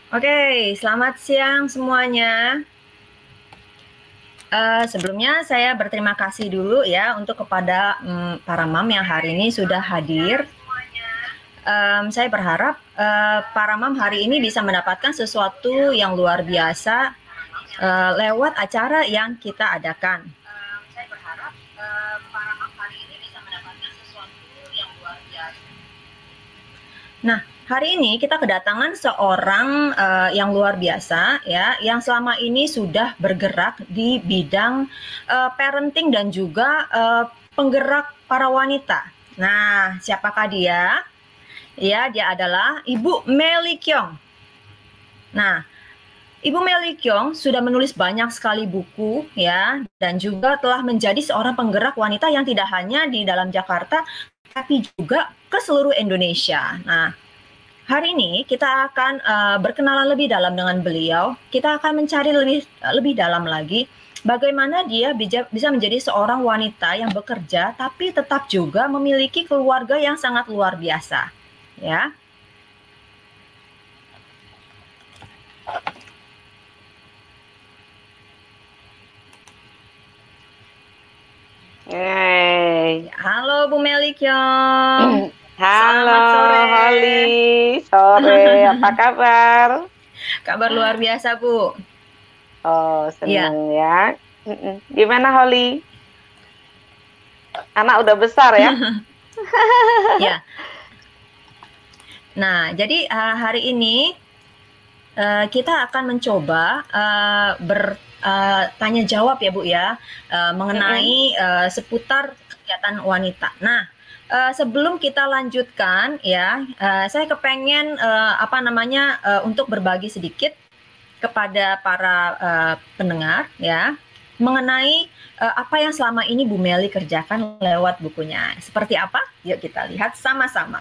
Oke, selamat siang semuanya. Sebelumnya saya berterima kasih dulu ya untuk kepada para mam yang hari ini sudah hadir. Saya berharap para mam hari ini bisa mendapatkan sesuatu yang luar biasa lewat acara yang kita adakan. Saya berharap para mam hari ini bisa mendapatkan sesuatu yang luar biasa. Nah, hari ini kita kedatangan seorang yang luar biasa ya, yang selama ini sudah bergerak di bidang parenting dan juga penggerak para wanita. Nah, siapakah dia? Ya, dia adalah Ibu Melly Kyong. Nah, Ibu Melly Kyong sudah menulis banyak sekali buku ya, dan juga telah menjadi seorang penggerak wanita yang tidak hanya di dalam Jakarta, tapi juga ke seluruh Indonesia. Nah, hari ini kita akan berkenalan lebih dalam dengan beliau. Kita akan mencari lebih dalam lagi bagaimana dia bisa menjadi seorang wanita yang bekerja tapi tetap juga memiliki keluarga yang sangat luar biasa. Ya. Hey. Halo Bu Melly Kyong. Halo, Selamat sore. Holly. Sore, apa kabar? Kabar luar biasa, Bu. Oh, seneng ya. Gimana, Holly? Anak udah besar ya? Ya. Nah, jadi hari ini kita akan mencoba bertanya jawab ya Bu ya mengenai seputar kegiatan wanita. Nah, sebelum kita lanjutkan ya, saya kepengen untuk berbagi sedikit kepada para pendengar ya mengenai apa yang selama ini Bu Melly kerjakan lewat bukunya. Seperti apa? Yuk kita lihat sama-sama.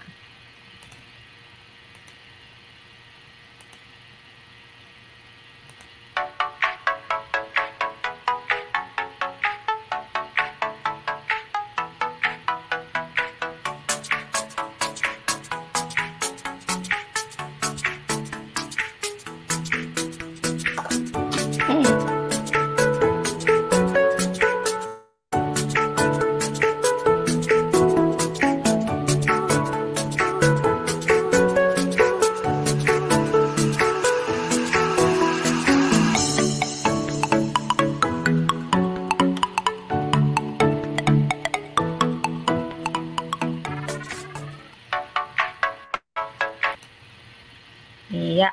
Iya.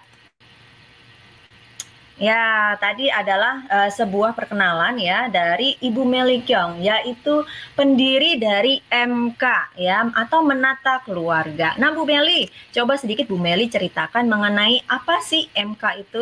Ya, tadi adalah sebuah perkenalan ya dari Ibu Melly Kyong, yaitu pendiri dari MK ya atau Menata Keluarga. Nah, Bu Melly, coba sedikit Bu Melly ceritakan mengenai apa sih MK itu?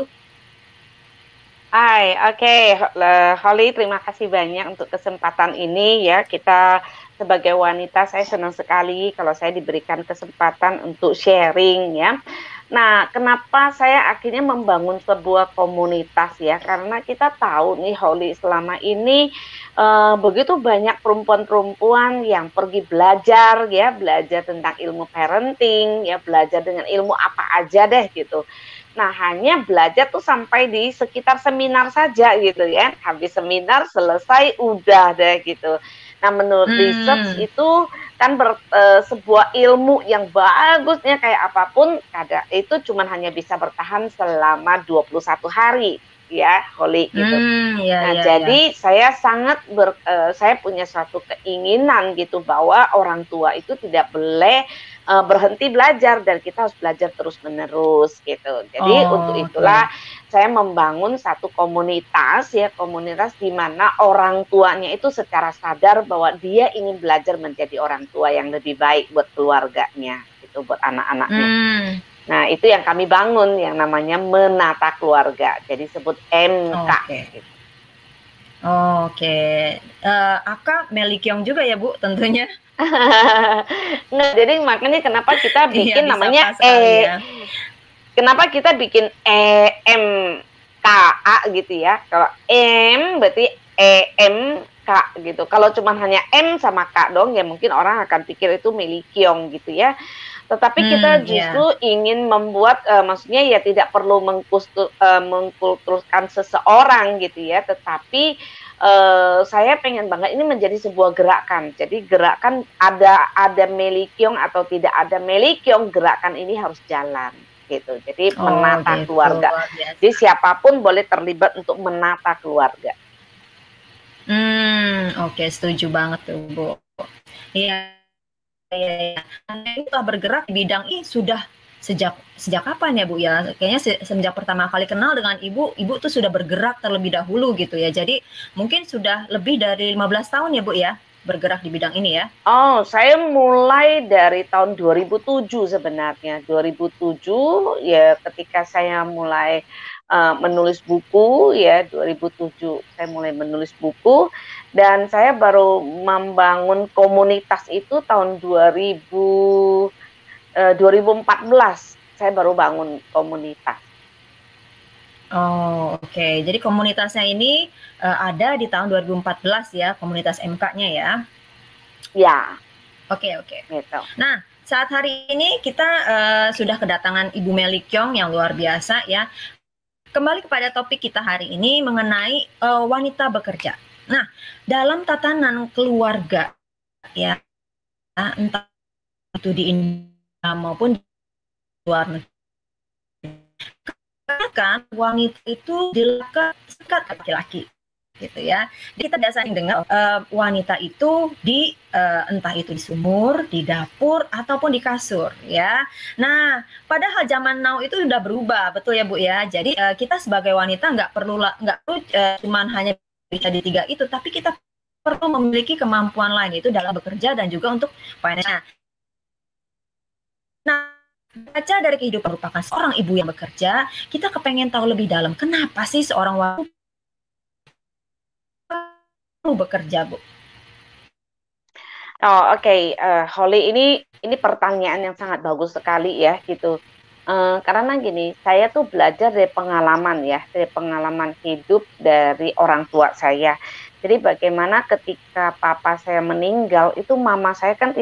Hai, oke, Holly, terima kasih banyak untuk kesempatan ini ya. Kita sebagai wanita, saya senang sekali kalau saya diberikan kesempatan untuk sharing ya. Nah, kenapa saya akhirnya membangun sebuah komunitas ya? Karena kita tahu nih, Holly, selama ini begitu banyak perempuan-perempuan yang pergi belajar ya, belajar tentang ilmu parenting ya, belajar dengan ilmu apa aja deh gitu. Nah, hanya belajar tuh sampai di sekitar seminar saja gitu ya. Habis seminar selesai udah deh gitu. Nah, menurut research itu kan sebuah ilmu yang bagusnya kayak apapun itu cuman hanya bisa bertahan selama 21 hari ya, Holly gitu. Jadi saya saya punya suatu keinginan gitu bahwa orang tua itu tidak boleh berhenti belajar dan kita harus belajar terus-menerus gitu. Jadi untuk itulah saya membangun satu komunitas ya, komunitas di mana orang tuanya itu secara sadar bahwa dia ingin belajar menjadi orang tua yang lebih baik buat keluarganya gitu, buat anak-anaknya. Nah, itu yang kami bangun yang namanya Menata Keluarga. Jadi sebut MK. Gitu. Aka Melly Kyong juga ya Bu tentunya. Nggak, jadi makanya kenapa kita bikin namanya kenapa kita bikin EMKA gitu ya. Kalau M berarti EMK gitu. Kalau cuma hanya M sama K dong ya mungkin orang akan pikir itu Melly Kyong gitu ya. Tetapi kita Ya. justru ingin membuat, maksudnya ya tidak perlu mengkulturkan seseorang gitu ya, tetapi, saya pengen banget ini menjadi sebuah gerakan. Jadi gerakan ada Melikyong atau tidak ada Melikyong, gerakan ini harus jalan gitu. Jadi Oh menata gitu, keluarga. luar biasa. Jadi siapapun boleh terlibat untuk menata keluarga. Oke, setuju banget tuh, Bu. Iya, iya, iya. Anda ini telah bergerak di bidang ini sudah sejak sejak kapan ya, Bu, ya? Kayaknya semenjak pertama kali kenal dengan Ibu, Ibu tuh sudah bergerak terlebih dahulu gitu ya. Jadi mungkin sudah lebih dari 15 tahun ya, Bu, ya, bergerak di bidang ini ya? Oh, saya mulai dari tahun 2007 sebenarnya. 2007 ya ketika saya mulai, menulis buku ya, 2007 saya mulai menulis buku dan saya baru membangun komunitas itu tahun 2014 saya baru bangun komunitas. Oh, oke. Jadi komunitasnya ini, ada di tahun 2014 ya, komunitas MK-nya ya? Ya, Oke, oke. gitu. Nah, saat hari ini kita, sudah kedatangan Ibu Melikyong yang luar biasa ya. Kembali kepada topik kita hari ini mengenai, wanita bekerja. Nah, dalam tatanan keluarga ya, entah itu di Indonesia maupun di luar negeri, kan wanita itu dilakukan sekat laki-laki gitu ya. Jadi kita biasanya dengar wanita itu di entah itu di sumur, di dapur ataupun di kasur ya. Nah, padahal zaman now itu sudah berubah, betul ya Bu ya. Jadi kita sebagai wanita nggak perlu cuman hanya bisa di tiga itu, tapi kita perlu memiliki kemampuan lain itu dalam bekerja dan juga untuk finance. Nah, baca dari kehidupan merupakan seorang ibu yang bekerja, kita kepengen tahu lebih dalam, kenapa sih seorang wanita perlu bekerja, Bu? Oh, oke, Holly, ini pertanyaan yang sangat bagus sekali ya, gitu. Karena gini, saya tuh belajar dari pengalaman ya, dari pengalaman hidup dari orang tua saya. Jadi bagaimana ketika papa saya meninggal, itu mama saya kan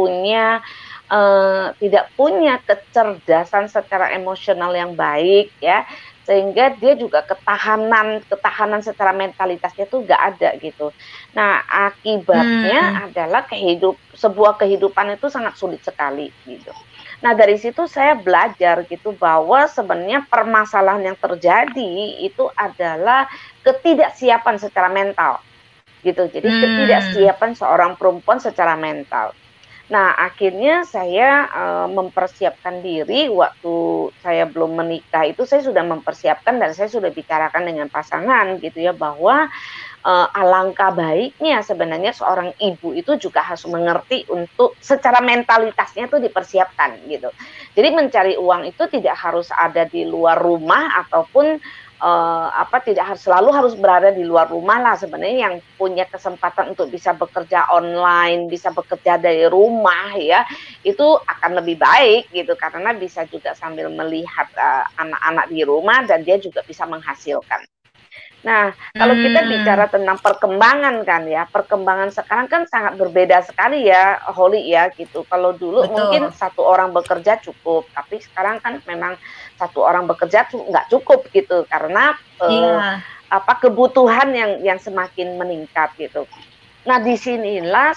tidak punya kecerdasan secara emosional yang baik ya, sehingga dia juga ketahanan ketahanan secara mentalitasnya tuh nggak ada gitu. Nah, Hmm, akibatnya adalah sebuah kehidupan itu sangat sulit sekali gitu. Nah, dari situ saya belajar gitu bahwa sebenarnya permasalahan yang terjadi itu adalah ketidaksiapan secara mental gitu. Jadi hmm, ketidaksiapan seorang perempuan secara mental. Nah, akhirnya saya, mempersiapkan diri waktu saya belum menikah itu saya sudah mempersiapkan dan saya sudah bicarakan dengan pasangan gitu ya bahwa, alangkah baiknya sebenarnya seorang ibu itu juga harus mengerti untuk secara mentalitasnya tuh dipersiapkan gitu. Jadi mencari uang itu tidak harus ada di luar rumah ataupun, tidak selalu harus berada di luar rumah lah sebenarnya yang punya kesempatan untuk bisa bekerja online, bisa bekerja dari rumah ya, itu akan lebih baik gitu karena bisa juga sambil melihat, anak-anak di rumah dan dia juga bisa menghasilkan. Nah, kalau kita hmm, bicara tentang perkembangan kan ya, perkembangan sekarang kan sangat berbeda sekali ya, Holly ya gitu. Kalau dulu mungkin betul. satu orang bekerja cukup, tapi sekarang kan memang satu orang bekerja tuh nggak cukup gitu karena Iya, kebutuhan yang semakin meningkat gitu. Nah, disinilah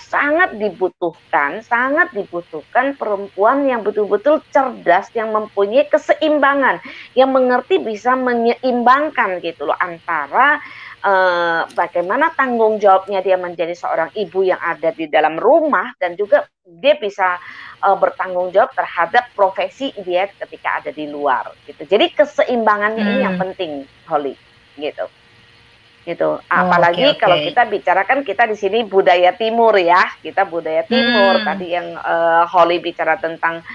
sangat dibutuhkan perempuan yang betul-betul cerdas, yang mempunyai keseimbangan, yang mengerti bisa menyeimbangkan gitu loh antara, bagaimana tanggung jawabnya dia menjadi seorang ibu yang ada di dalam rumah dan juga dia bisa, bertanggung jawab terhadap profesi dia ketika ada di luar gitu. Jadi keseimbangannya ini yang hmm, penting, Holly, gitu. Gitu, oke, apalagi oke. kalau kita bicara kan kita di sini budaya timur ya, kita budaya timur, Hmm, tadi yang, Holly bicara tentang,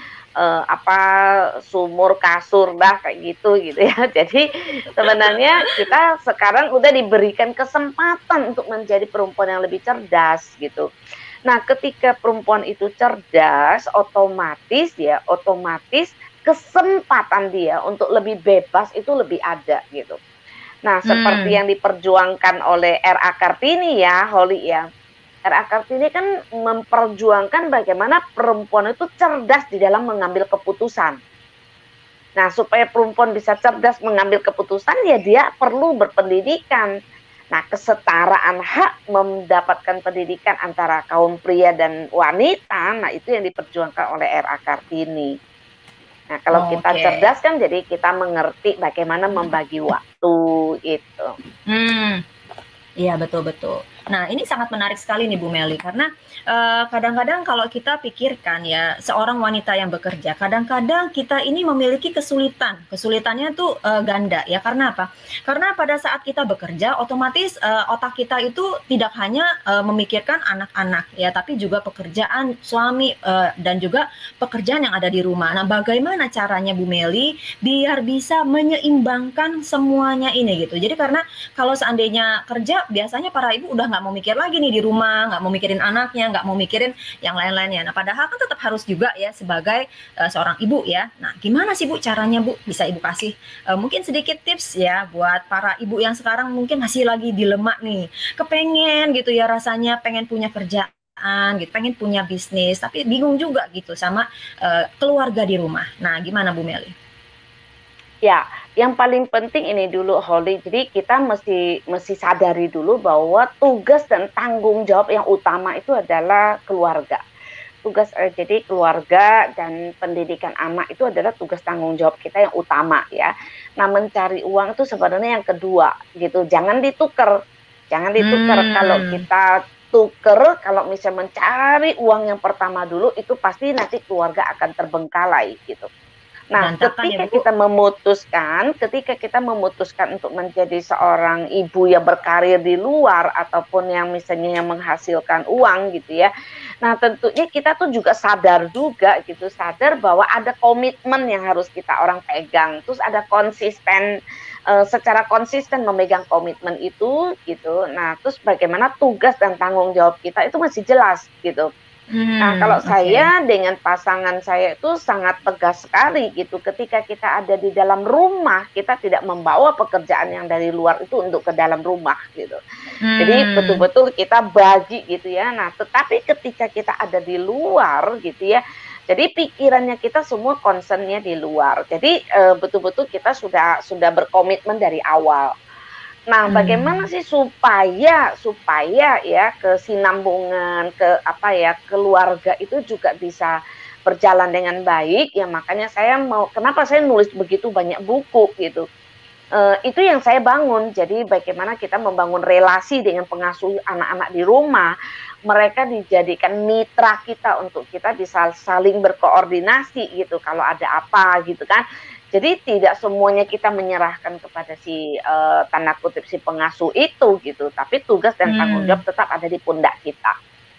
sumur, kasur, dah kayak gitu ya. Jadi sebenarnya kita sekarang udah diberikan kesempatan untuk menjadi perempuan yang lebih cerdas gitu. Nah, ketika perempuan itu cerdas, otomatis kesempatan dia untuk lebih bebas itu lebih ada gitu. Nah, seperti hmm, yang diperjuangkan oleh R.A. Kartini ya, Holly ya, RA Kartini kan memperjuangkan bagaimana perempuan itu cerdas di dalam mengambil keputusan. Nah, supaya perempuan bisa cerdas mengambil keputusan, ya dia perlu berpendidikan. Nah, kesetaraan hak mendapatkan pendidikan antara kaum pria dan wanita, nah itu yang diperjuangkan oleh RA Kartini. Nah, kalau kita cerdas kan jadi kita mengerti bagaimana membagi waktu itu. Iya, betul-betul. Nah, ini sangat menarik sekali nih Bu Meli, karena kadang-kadang kalau kita pikirkan ya, seorang wanita yang bekerja, kadang-kadang kita ini memiliki kesulitan. Kesulitannya tuh ganda ya, karena apa? Karena pada saat kita bekerja, otomatis otak kita itu tidak hanya memikirkan anak-anak ya, tapi juga pekerjaan suami dan juga pekerjaan yang ada di rumah. Nah, bagaimana caranya Bu Meli biar bisa menyeimbangkan semuanya ini gitu. Jadi karena kalau seandainya kerja, biasanya para ibu udah nggak mau mikir lagi nih di rumah, nggak mau mikirin anaknya, nggak mau mikirin yang lain-lainnya. Nah, padahal kan tetap harus juga ya sebagai seorang ibu ya. Nah, gimana sih Bu caranya Bu? Bisa Ibu kasih mungkin sedikit tips ya buat para ibu yang sekarang mungkin masih lagi dilema nih. Kepengen gitu ya rasanya pengen punya kerjaan gitu, pengen punya bisnis, tapi bingung juga gitu sama keluarga di rumah. Nah, gimana Bu Meli? Ya, yang paling penting ini dulu Holly, jadi kita mesti sadari dulu bahwa tugas dan tanggung jawab yang utama itu adalah keluarga. Jadi keluarga dan pendidikan anak itu adalah tugas tanggung jawab kita yang utama ya. Nah, mencari uang itu sebenarnya yang kedua gitu. Jangan ditukar. Kalau kita tuker, kalau misalnya mencari uang yang pertama dulu itu pasti nanti keluarga akan terbengkalai gitu. Nah, ketika kita memutuskan untuk menjadi seorang ibu yang berkarir di luar ataupun yang misalnya yang menghasilkan uang gitu ya. Nah, tentunya kita tuh juga sadar bahwa ada komitmen yang harus kita orang pegang. Terus ada secara konsisten memegang komitmen itu gitu. Nah, terus bagaimana tugas dan tanggung jawab kita itu masih jelas gitu. Nah, kalau saya dengan pasangan saya itu sangat tegas sekali gitu. Ketika kita ada di dalam rumah, kita tidak membawa pekerjaan yang dari luar itu untuk ke dalam rumah gitu. Jadi betul-betul kita bagi gitu ya. Nah, tetapi ketika kita ada di luar gitu ya, jadi pikirannya kita semua concernnya di luar. Jadi betul-betul kita sudah berkomitmen dari awal. Nah, bagaimana sih supaya ya kesinambungan keluarga itu juga bisa berjalan dengan baik ya, makanya kenapa saya nulis begitu banyak buku gitu. Itu yang saya bangun. Jadi bagaimana kita membangun relasi dengan pengasuh anak-anak di rumah. Mereka dijadikan mitra kita untuk kita bisa saling berkoordinasi gitu kalau ada apa gitu kan. Jadi tidak semuanya kita menyerahkan kepada tanda kutip si pengasuh itu gitu, tapi tugas dan tanggung jawab tetap ada di pundak kita.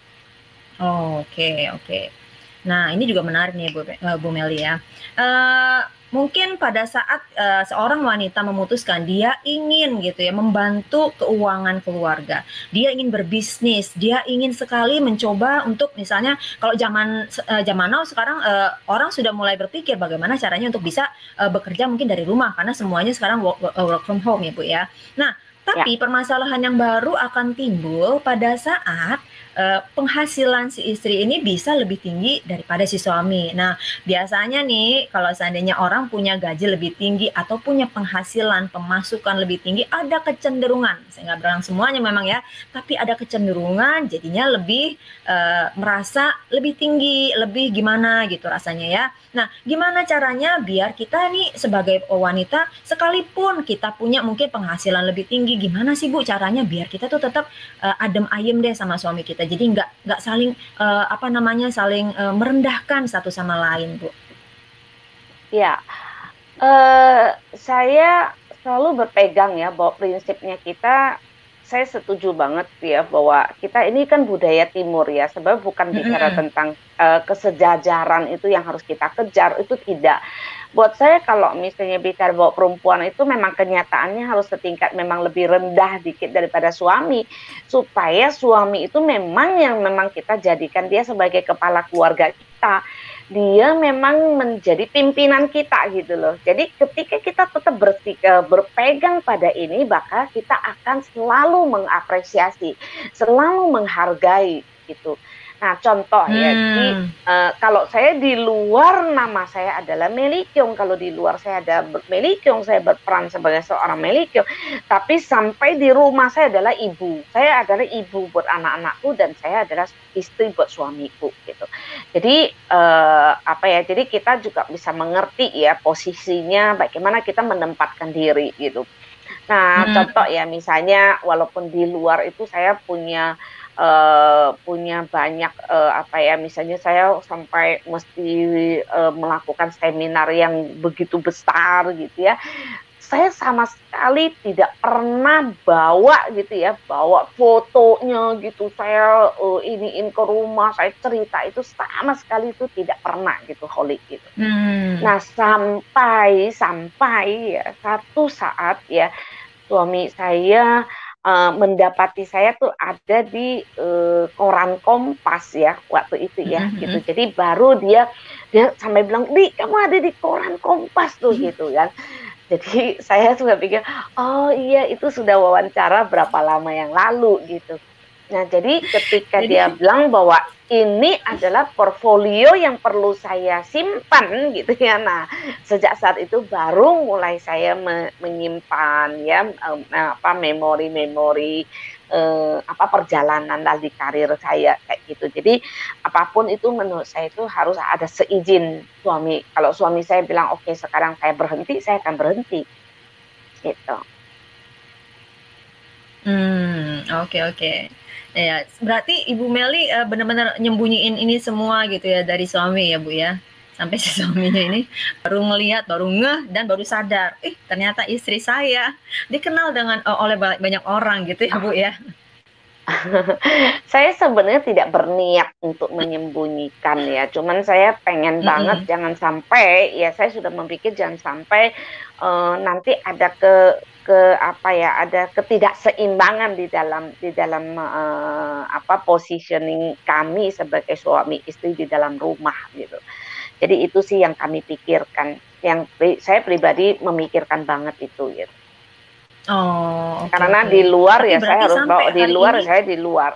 Oke. Nah, ini juga menarik nih Bu Meli ya. Mungkin pada saat seorang wanita memutuskan dia ingin gitu ya membantu keuangan keluarga, dia ingin berbisnis, dia ingin sekali mencoba untuk misalnya kalau zaman now sekarang orang sudah mulai berpikir bagaimana caranya untuk bisa bekerja mungkin dari rumah karena semuanya sekarang work from home ya Bu ya. Nah, tapi permasalahan yang baru akan timbul pada saat penghasilan si istri ini bisa lebih tinggi daripada si suami. Nah, biasanya nih kalau seandainya orang punya gaji lebih tinggi atau punya penghasilan, pemasukan lebih tinggi, ada kecenderungan, saya nggak bilang semuanya memang ya, tapi ada kecenderungan jadinya lebih merasa lebih tinggi, lebih gimana gitu rasanya ya. Nah, gimana caranya biar kita nih sebagai wanita, sekalipun kita punya mungkin penghasilan lebih tinggi, gimana sih Bu caranya biar kita tuh tetap adem ayem deh sama suami kita, jadi nggak saling saling merendahkan satu sama lain Bu. Ya, saya selalu berpegang ya bahwa prinsipnya saya setuju banget ya bahwa kita ini kan budaya timur ya, sebab bukan bicara tentang kesejajaran itu yang harus kita kejar, itu tidak. buat saya kalau misalnya bicara bahwa perempuan itu memang kenyataannya harus setingkat memang lebih rendah dikit daripada suami, supaya suami itu memang kita jadikan dia sebagai kepala keluarga kita. Dia memang menjadi pimpinan kita gitu loh. Jadi ketika kita tetap berpegang pada ini, maka kita akan selalu mengapresiasi, selalu menghargai gitu. Nah, contoh ya, jadi kalau saya di luar nama saya adalah Meli Kyung, kalau di luar saya ada Meli Kyung, saya berperan sebagai seorang Meli Kyung, tapi sampai di rumah saya adalah ibu. Saya adalah ibu buat anak-anakku dan saya adalah istri buat suamiku gitu. Jadi apa ya? Jadi kita juga bisa mengerti ya posisinya, bagaimana kita menempatkan diri gitu. Nah, contoh ya misalnya walaupun di luar itu saya punya banyak apa ya, misalnya saya sampai mesti melakukan seminar yang begitu besar gitu ya. Saya sama sekali tidak pernah bawa gitu ya, bawa fotonya gitu, saya iniin ke rumah, saya cerita itu sama sekali itu tidak pernah gitu, Holly gitu. Nah, sampai ya satu saat ya suami saya mendapati saya tuh ada di koran Kompas ya waktu itu ya gitu. Jadi baru dia sampai bilang, "Di, kamu ada di koran Kompas tuh," gitu kan. Jadi saya juga pikir, "Oh iya, itu sudah wawancara berapa lama yang lalu," gitu. Nah, jadi ketika dia Jadi bilang bahwa ini adalah portfolio yang perlu saya simpan gitu ya. Nah, sejak saat itu baru mulai saya menyimpan ya apa memori-memori apa perjalanan di karir saya kayak gitu. Jadi apapun itu menurut saya itu harus ada seizin suami. Kalau suami saya bilang, "Oke, sekarang saya berhenti," saya akan berhenti. Gitu. Oke oke. Ya, berarti Ibu Meli benar-benar nyembunyiin ini semua gitu ya dari suami ya Bu ya? Sampai si suaminya ini baru ngelihat, baru ngeh dan baru sadar, ternyata istri saya dikenal dengan oleh banyak orang gitu ya Bu ya? Saya sebenarnya tidak berniat untuk menyembunyikan ya, cuman saya pengen banget Mhm. jangan sampai ya saya sudah memikir jangan sampai, nanti ada apa ya, ada ketidakseimbangan di dalam, apa, positioning kami sebagai suami istri di dalam rumah gitu. Jadi itu sih yang kami pikirkan, yang saya pribadi memikirkan banget itu gitu. Oh, oke Karena oke. di luar Tapi ya saya berarti harus sampai bawa di hari luar, ini saya di luar.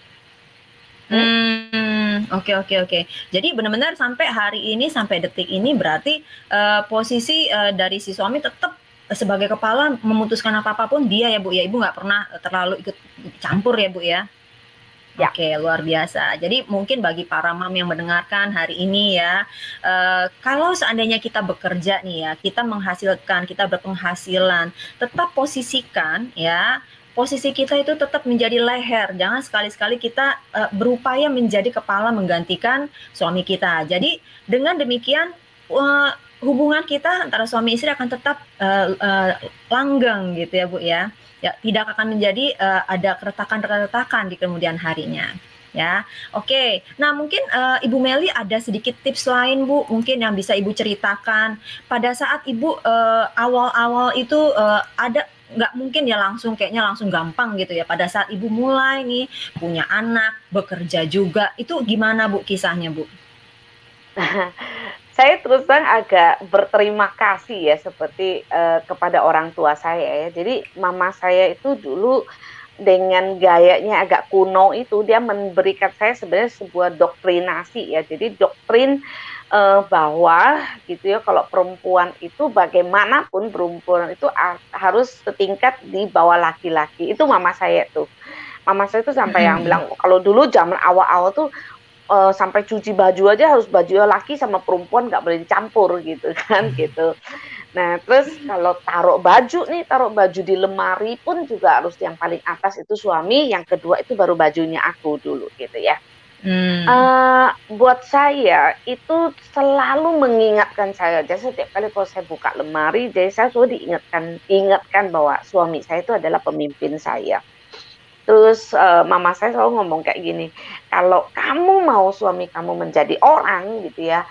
oke oke oke. Jadi benar-benar sampai hari ini, sampai detik ini berarti, posisi, dari si suami tetap sebagai kepala memutuskan apa-apa pun dia ya, Bu, ya? Ibu nggak pernah, terlalu ikut campur ya, Bu, ya? Ya. Oke, luar biasa. Jadi mungkin bagi para mam yang mendengarkan hari ini ya, kalau seandainya kita bekerja nih ya, kita menghasilkan, kita berpenghasilan, tetap posisikan ya, posisi kita itu tetap menjadi leher. Jangan sekali-sekali kita berupaya menjadi kepala menggantikan suami kita. Jadi dengan demikian hubungan kita antara suami istri akan tetap langgeng gitu ya Bu ya. Ya, tidak akan menjadi ada keretakan-keretakan di kemudian harinya. Ya, oke. Nah, mungkin Ibu Meli ada sedikit tips lain, Bu, mungkin yang bisa Ibu ceritakan pada saat Ibu awal-awal itu ada nggak mungkin ya kayaknya langsung gampang gitu ya. Pada saat Ibu mulai nih punya anak, bekerja juga, itu gimana Bu kisahnya, Bu? Saya terus terang agak berterima kasih ya seperti, kepada orang tua saya ya. Jadi mama saya itu dulu dengan gayanya agak kuno itu dia memberikan saya sebenarnya sebuah doktrinasi ya. Jadi doktrin, bahwa gitu ya kalau perempuan itu bagaimanapun perempuan itu harus setingkat di bawah laki-laki. Itu mama saya tuh. Mama saya tuh sampai yang Mhm. bilang kalau dulu zaman awal-awal tuh sampai cuci baju aja harus baju laki sama perempuan nggak boleh dicampur gitu kan, gitu. Nah, terus kalau taruh baju di lemari pun juga harus yang paling atas itu suami, yang kedua itu baru bajunya aku dulu gitu ya. Mmm. Buat saya itu selalu mengingatkan saya, jadi setiap kali kalau saya buka lemari, jadi saya selalu diingatkan bahwa suami saya itu adalah pemimpin saya. Terus, mama saya selalu ngomong kayak gini, "Kalau kamu mau suami kamu menjadi orang gitu ya,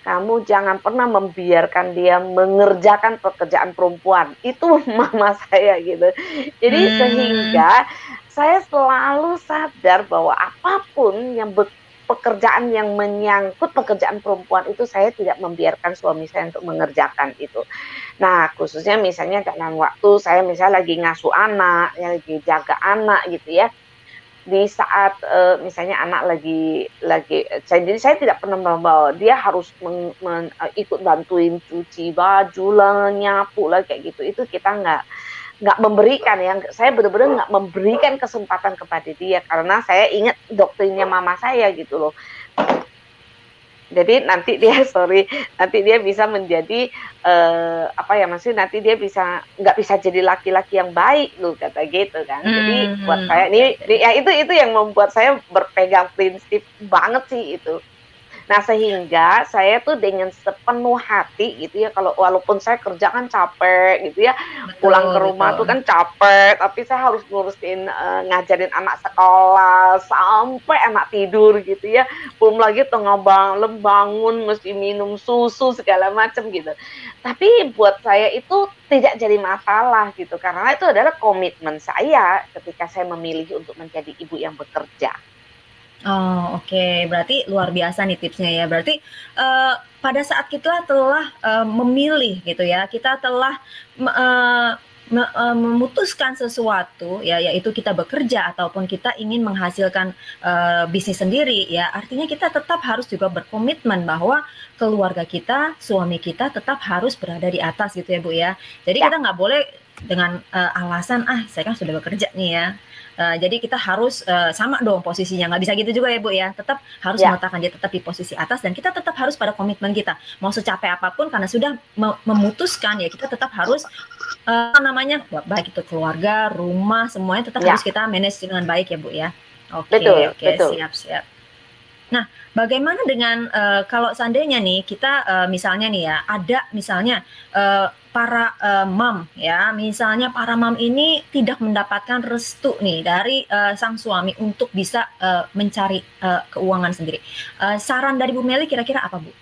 kamu jangan pernah membiarkan dia mengerjakan pekerjaan perempuan. Itu mama saya gitu. Jadi Hmm. sehingga saya selalu sadar bahwa apapun yang pekerjaan yang menyangkut pekerjaan perempuan itu saya tidak membiarkan suami saya untuk mengerjakan itu. Nah, khususnya misalnya dalam waktu saya misalnya lagi ngasuh anak, ya lagi jaga anak gitu ya. Di saat misalnya anak jadi saya tidak pernah membawa dia harus ikut bantuin cuci baju lah, nyapu lah kayak gitu. Itu kita nggak memberikan ya. Saya benar-benar nggak memberikan kesempatan kepada dia karena saya ingat doktrinnya mama saya gitu loh. Jadi nanti dia nanti dia bisa menjadi apa ya, maksudnya nanti dia nggak bisa jadi laki-laki yang baik loh, kata gitu kan. Jadi buat saya Oke, oke. ya itu yang membuat saya berpegang prinsip banget sih itu. Nah, sehingga saya tuh dengan sepenuh hati gitu ya, kalau walaupun saya kerja kan capek gitu ya, pulang ke Betul, rumah tuh betul. kan capek, tapi saya harus ngurusin ngajarin anak sekolah sampai anak tidur gitu ya. Belum lagi tengah bangun mesti minum susu segala macam gitu. Tapi buat saya itu tidak jadi masalah gitu, karena itu adalah komitmen saya ketika saya memilih untuk menjadi ibu yang bekerja. Oh, oke. Berarti luar biasa nih tipsnya ya. Berarti, pada saat kita telah, memilih gitu ya, kita telah memutuskan sesuatu ya, yaitu kita bekerja ataupun kita ingin menghasilkan, bisnis sendiri ya, artinya kita tetap harus juga berkomitmen bahwa keluarga kita, suami kita tetap harus berada di atas gitu ya, Bu, ya. Jadi Ya, kita nggak boleh dengan, alasan, "Ah, saya kan sudah bekerja nih ya, jadi kita harus, sama dong posisinya, nggak bisa gitu juga ya Bu ya, tetap harus ya, meletakkan dia tetap di posisi atas dan kita tetap harus pada komitmen kita. Mau secapek apapun karena sudah memutuskan ya kita tetap harus, namanya, baik itu keluarga, rumah, semuanya tetap harus ya, kita manage dengan baik ya Bu ya. Oke, betul, oke, betul. siap, siap. Nah, bagaimana dengan, kalau seandainya nih kita, misalnya nih ya, ada misalnya, para, mom ya, misalnya para mom ini tidak mendapatkan restu nih dari, sang suami untuk bisa, mencari, keuangan sendiri. Saran dari Bu Meli kira-kira apa, Bu?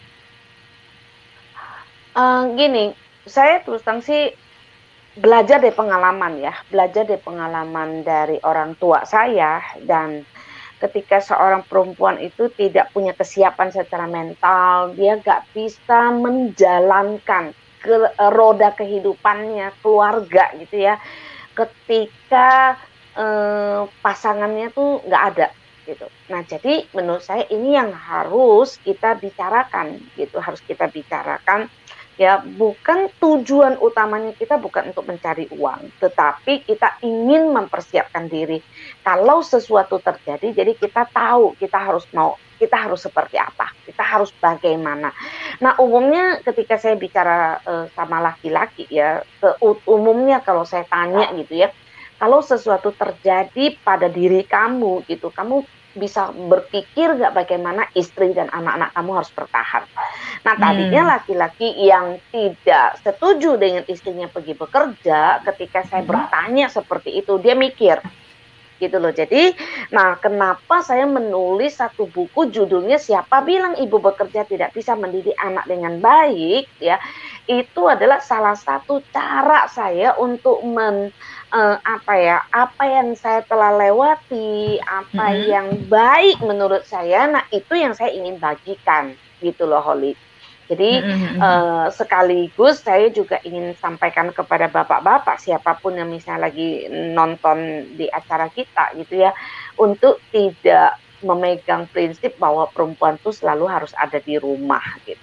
Gini, saya terus terang sih belajar dari pengalaman ya, belajar dari pengalaman dari orang tua saya dan ketika seorang perempuan itu tidak punya kesiapan secara mental, dia nggak bisa menjalankan roda kehidupannya, keluarga gitu ya, ketika, pasangannya tuh nggak ada, gitu. Nah, jadi menurut saya ini yang harus kita bicarakan gitu, harus kita bicarakan ya, bukan tujuan utamanya kita bukan untuk mencari uang, tetapi kita ingin mempersiapkan diri. Kalau sesuatu terjadi, jadi kita tahu kita harus seperti apa, kita harus bagaimana. Nah, umumnya ketika saya bicara, sama laki-laki ya, umumnya kalau saya tanya gitu ya, kalau sesuatu terjadi pada diri kamu gitu, kamu bisa berpikir nggak bagaimana istri dan anak-anak kamu harus bertahan. Nah, Hmm. tadinya laki-laki yang tidak setuju dengan istrinya pergi bekerja, ketika saya bertanya seperti itu, dia mikir, gitu loh. Jadi, nah kenapa saya menulis satu buku judulnya Siapa Bilang Ibu Bekerja Tidak Bisa Mendidik Anak Dengan Baik, ya, itu adalah salah satu cara saya untuk apa yang saya telah lewati, apa Mhm. yang baik menurut saya, nah itu yang saya ingin bagikan, gitu loh, Holly. Jadi, Mhm, mhm, mhm. sekaligus saya juga ingin sampaikan kepada bapak-bapak, siapapun yang misalnya lagi nonton di acara kita gitu ya, untuk tidak memegang prinsip bahwa perempuan tuh selalu harus ada di rumah gitu.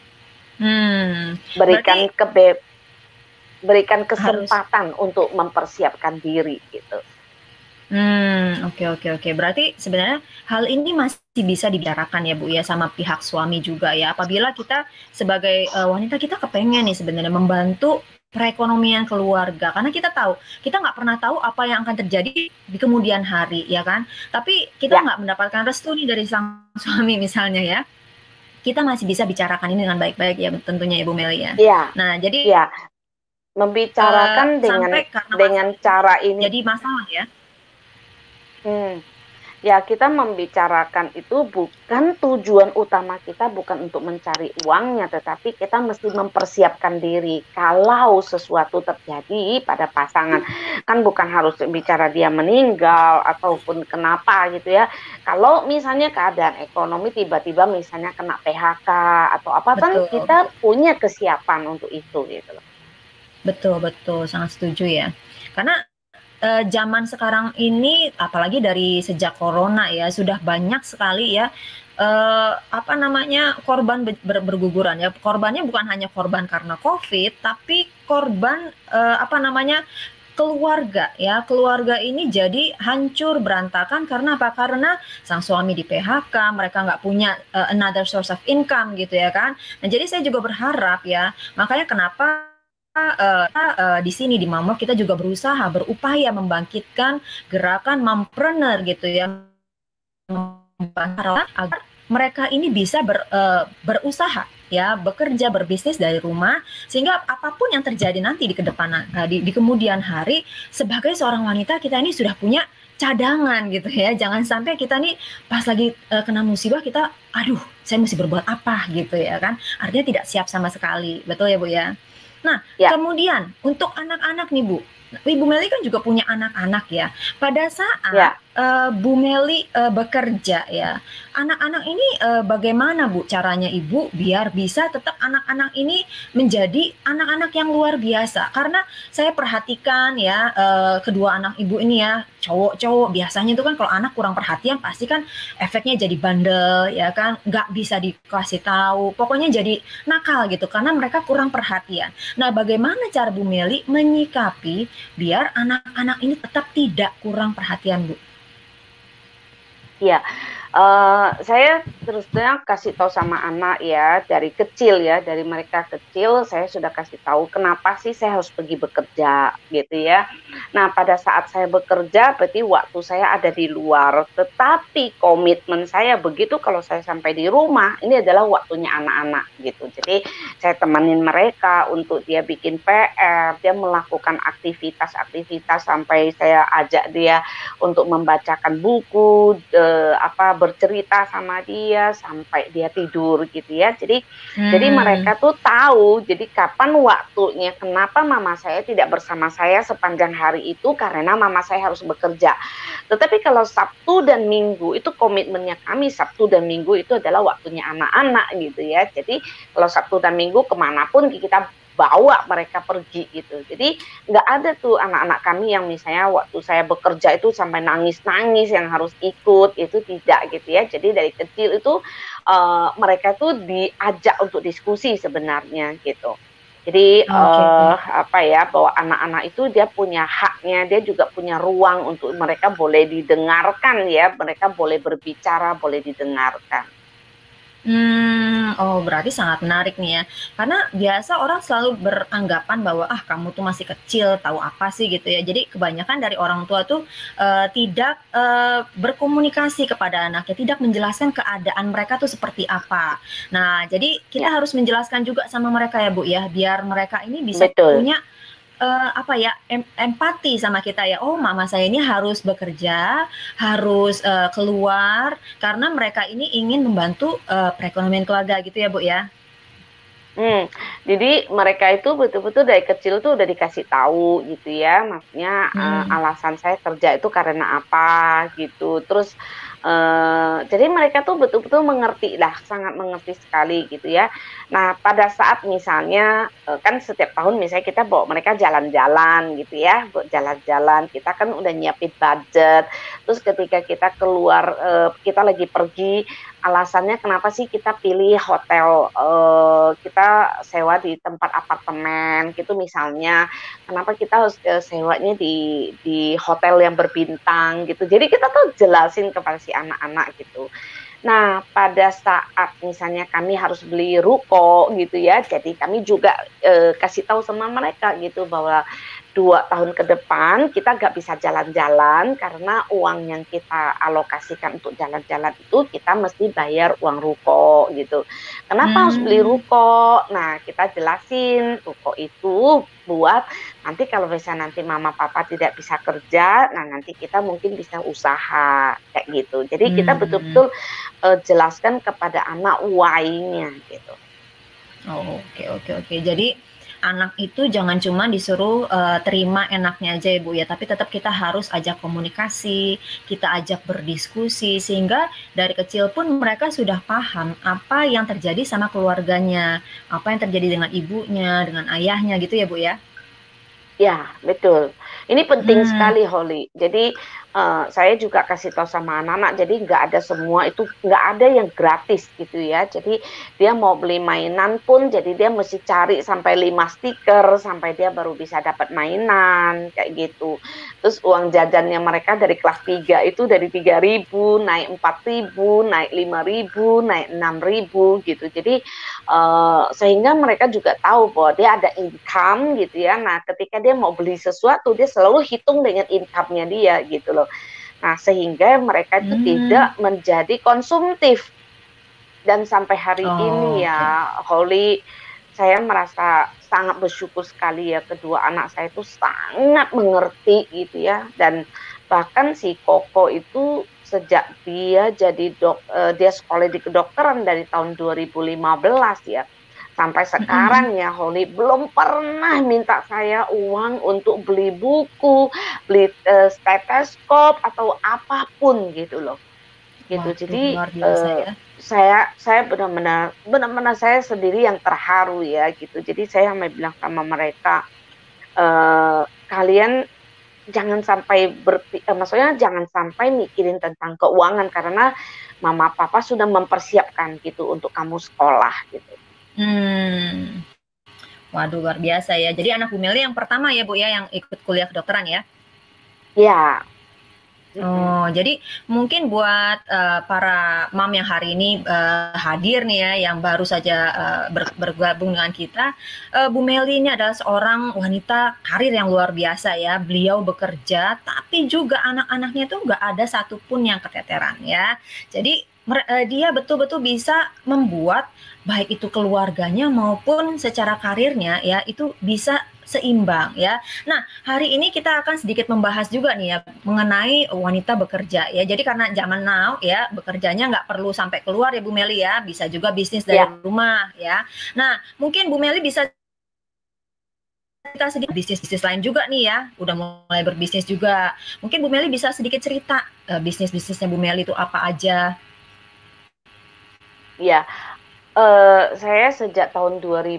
Berikan Berarti berikan harus. kesempatan untuk mempersiapkan diri gitu. Oke, oke, oke. Berarti sebenarnya hal ini masih bisa dibicarakan ya, Bu, ya, sama pihak suami juga ya. Apabila kita sebagai, wanita kita kepengen nih sebenarnya membantu perekonomian keluarga, karena kita tahu, kita nggak pernah tahu apa yang akan terjadi di kemudian hari, ya kan. Tapi kita Ya, nggak mendapatkan restu nih dari sang suami misalnya ya, kita masih bisa bicarakan ini dengan baik-baik ya tentunya Ibu Meli ya. iya, Nah jadi, iya, membicarakan sampai karena dengan masalah ini cara ini. jadi masalah ya? Hmm. Ya, kita membicarakan itu bukan tujuan utama kita bukan untuk mencari uangnya, tetapi kita mesti mempersiapkan diri kalau sesuatu terjadi pada pasangan. Kan bukan harus bicara dia meninggal ataupun kenapa gitu ya. Kalau misalnya keadaan ekonomi tiba-tiba misalnya kena PHK atau apa kan Betul, kita betul. punya kesiapan untuk itu gitu loh. Betul, betul, sangat setuju ya. Karena zaman sekarang ini, apalagi dari sejak corona ya, sudah banyak sekali ya, apa namanya, korban berguguran ya. Korbannya bukan hanya korban karena COVID, tapi korban, apa namanya, keluarga ya. Keluarga ini jadi hancur berantakan karena apa? Karena sang suami di PHK, mereka nggak punya another source of income gitu ya kan. Nah, jadi saya juga berharap ya, makanya kenapa di sini di Mamor kita juga berusaha berupaya membangkitkan gerakan mompreneur gitu ya, agar mereka ini bisa berusaha ya, bekerja, berbisnis dari rumah, sehingga apapun yang terjadi nanti di kedepan, di kemudian hari, sebagai seorang wanita kita ini sudah punya cadangan gitu ya. Jangan sampai kita nih pas lagi kena musibah kita, aduh, saya mesti berbuat apa gitu ya kan? Artinya tidak siap sama sekali, betul ya Bu ya? Nah, Ya, kemudian untuk anak-anak nih Bu, Ibu Meli kan juga punya anak-anak ya. Pada saat ya. Bu Meli bekerja ya, anak-anak ini bagaimana Bu caranya Ibu biar bisa tetap anak-anak ini menjadi anak-anak yang luar biasa? Karena saya perhatikan ya, kedua anak Ibu ini ya, cowok-cowok biasanya itu kan kalau anak kurang perhatian pasti kan efeknya jadi bandel ya kan, nggak bisa dikasih tahu, pokoknya jadi nakal gitu karena mereka kurang perhatian. Nah, bagaimana cara Bu Meli menyikapi biar anak-anak ini tetap tidak kurang perhatian, Bu? Iya, saya terus terang kasih tahu sama anak ya dari kecil ya, dari mereka kecil saya sudah kasih tahu kenapa sih saya harus pergi bekerja gitu ya. Nah, pada saat saya bekerja berarti waktu saya ada di luar, tetapi komitmen saya begitu kalau saya sampai di rumah ini adalah waktunya anak-anak gitu. Jadi saya temenin mereka untuk dia bikin PR, dia melakukan aktivitas-aktivitas sampai saya ajak dia untuk membacakan buku, apa bercerita sama dia sampai dia tidur gitu ya. Jadi Hmm, mereka tuh tahu jadi kapan waktunya, kenapa mama saya tidak bersama saya sepanjang hari itu karena mama saya harus bekerja. Tetapi kalau Sabtu dan Minggu itu komitmennya kami, Sabtu dan Minggu itu adalah waktunya anak-anak gitu ya. Jadi kalau Sabtu dan Minggu kemanapun kita bawa mereka pergi gitu. Jadi nggak ada tuh anak-anak kami yang misalnya waktu saya bekerja itu sampai nangis-nangis yang harus ikut, itu tidak gitu ya. Jadi dari kecil itu mereka tuh diajak untuk diskusi sebenarnya gitu. Jadi oke. apa ya bahwa anak-anak itu dia punya haknya, dia juga punya ruang untuk mereka boleh didengarkan ya, mereka boleh berbicara, boleh didengarkan. Oh berarti sangat menarik nih ya. Karena biasa orang selalu beranggapan bahwa ah kamu tuh masih kecil, tahu apa sih gitu ya. Jadi kebanyakan dari orang tua tuh tidak berkomunikasi kepada anaknya, tidak menjelaskan keadaan mereka tuh seperti apa. Nah, jadi kita Ya, harus menjelaskan juga sama mereka ya Bu ya, biar mereka ini bisa betul. punya apa ya, empati sama kita ya, oh mama saya ini harus bekerja, harus, keluar, karena mereka ini ingin membantu, perekonomian keluarga gitu ya, Bu, ya? Hmm, jadi mereka itu betul-betul dari kecil tuh udah dikasih tahu gitu ya, maksudnya, Mhm. alasan saya kerja itu karena apa gitu. Terus, jadi mereka tuh betul-betul mengerti lah, sangat mengerti sekali gitu ya. Nah, pada saat misalnya, kan setiap tahun misalnya kita bawa mereka jalan-jalan gitu ya, jalan-jalan, kita kan udah nyiapin budget, terus ketika kita keluar, kita lagi pergi, alasannya kenapa sih kita pilih hotel, kita sewa di tempat apartemen gitu misalnya, kenapa kita harus, sewanya di hotel yang berbintang gitu. Jadi kita tuh jelasin kepada si anak-anak gitu. Nah, pada saat misalnya kami harus beli ruko gitu ya, jadi kami juga, kasih tahu sama mereka gitu bahwa 2 tahun ke depan kita nggak bisa jalan-jalan karena uang yang kita alokasikan untuk jalan-jalan itu kita mesti bayar uang ruko gitu. Kenapa harus beli Hmm. ruko? Nah, kita jelasin ruko itu buat nanti kalau misalnya nanti mama papa tidak bisa kerja, nah nanti kita mungkin bisa usaha kayak gitu. Jadi kita Hmm. betul-betul jelaskan kepada anak why-nya gitu. Oh, oke oke oke. Jadi anak itu jangan cuma disuruh terima enaknya aja ya Bu ya, tapi tetap kita harus ajak komunikasi, kita ajak berdiskusi sehingga dari kecil pun mereka sudah paham apa yang terjadi sama keluarganya, apa yang terjadi dengan ibunya, dengan ayahnya gitu ya Bu ya. Ya, betul. Ini penting Hmm. sekali, Holly. Jadi, saya juga kasih tahu sama anak-anak, jadi nggak ada semua itu, nggak ada yang gratis gitu ya. Jadi, dia mau beli mainan pun, jadi dia mesti cari sampai 5 stiker, sampai dia baru bisa dapat mainan, kayak gitu. Terus uang jajannya mereka dari kelas 3 itu dari 3.000 naik 4.000 naik 5.000 naik 6.000 gitu. Jadi, sehingga mereka juga tahu bahwa dia ada income gitu ya. Nah, ketika dia mau beli sesuatu, dia selalu hitung dengan income-nya dia gitu loh. Nah, sehingga mereka itu Hmm. tidak menjadi konsumtif. Dan sampai hari Oh, ini oke. ya, Holly, saya merasa sangat bersyukur sekali ya kedua anak saya itu sangat mengerti gitu ya. Dan bahkan si Koko itu sejak dia sekolah di kedokteran dari tahun 2015 ya. Sampai Mm-mm. sekarang ya Holly belum pernah minta saya uang untuk beli buku, beli stetoskop atau apapun gitu loh. Gitu. Waduh, Jadi luar biasa ya. saya benar-benar saya sendiri yang terharu ya gitu. Jadi saya sampai bilang sama mereka, "Kalian jangan sampai maksudnya jangan sampai mikirin tentang keuangan karena mama papa sudah mempersiapkan gitu untuk kamu sekolah," gitu. Hmm. Waduh, luar biasa ya. Jadi anak Bu Meli yang pertama ya Bu ya yang ikut kuliah kedokteran ya. Ya, mhm, Oh, jadi mungkin buat para mam yang hari ini hadir nih ya, yang baru saja bergabung dengan kita, Bu Meli ini adalah seorang wanita karir yang luar biasa ya. Beliau bekerja, tapi juga anak-anaknya itu nggak ada satupun yang keteteran ya. Jadi dia betul-betul bisa membuat baik itu keluarganya maupun secara karirnya ya itu bisa seimbang ya. Nah, hari ini kita akan sedikit membahas juga nih ya mengenai wanita bekerja ya. Jadi karena zaman now ya bekerjanya nggak perlu sampai keluar ya Bu Meli ya, bisa juga bisnis dari ya, rumah ya. Nah mungkin Bu Meli bisa cerita sedikit bisnis-bisnis lain juga nih ya, udah mulai berbisnis juga. Mungkin Bu Meli bisa sedikit cerita bisnis-bisnisnya Bu Meli itu apa aja. ya. Saya sejak tahun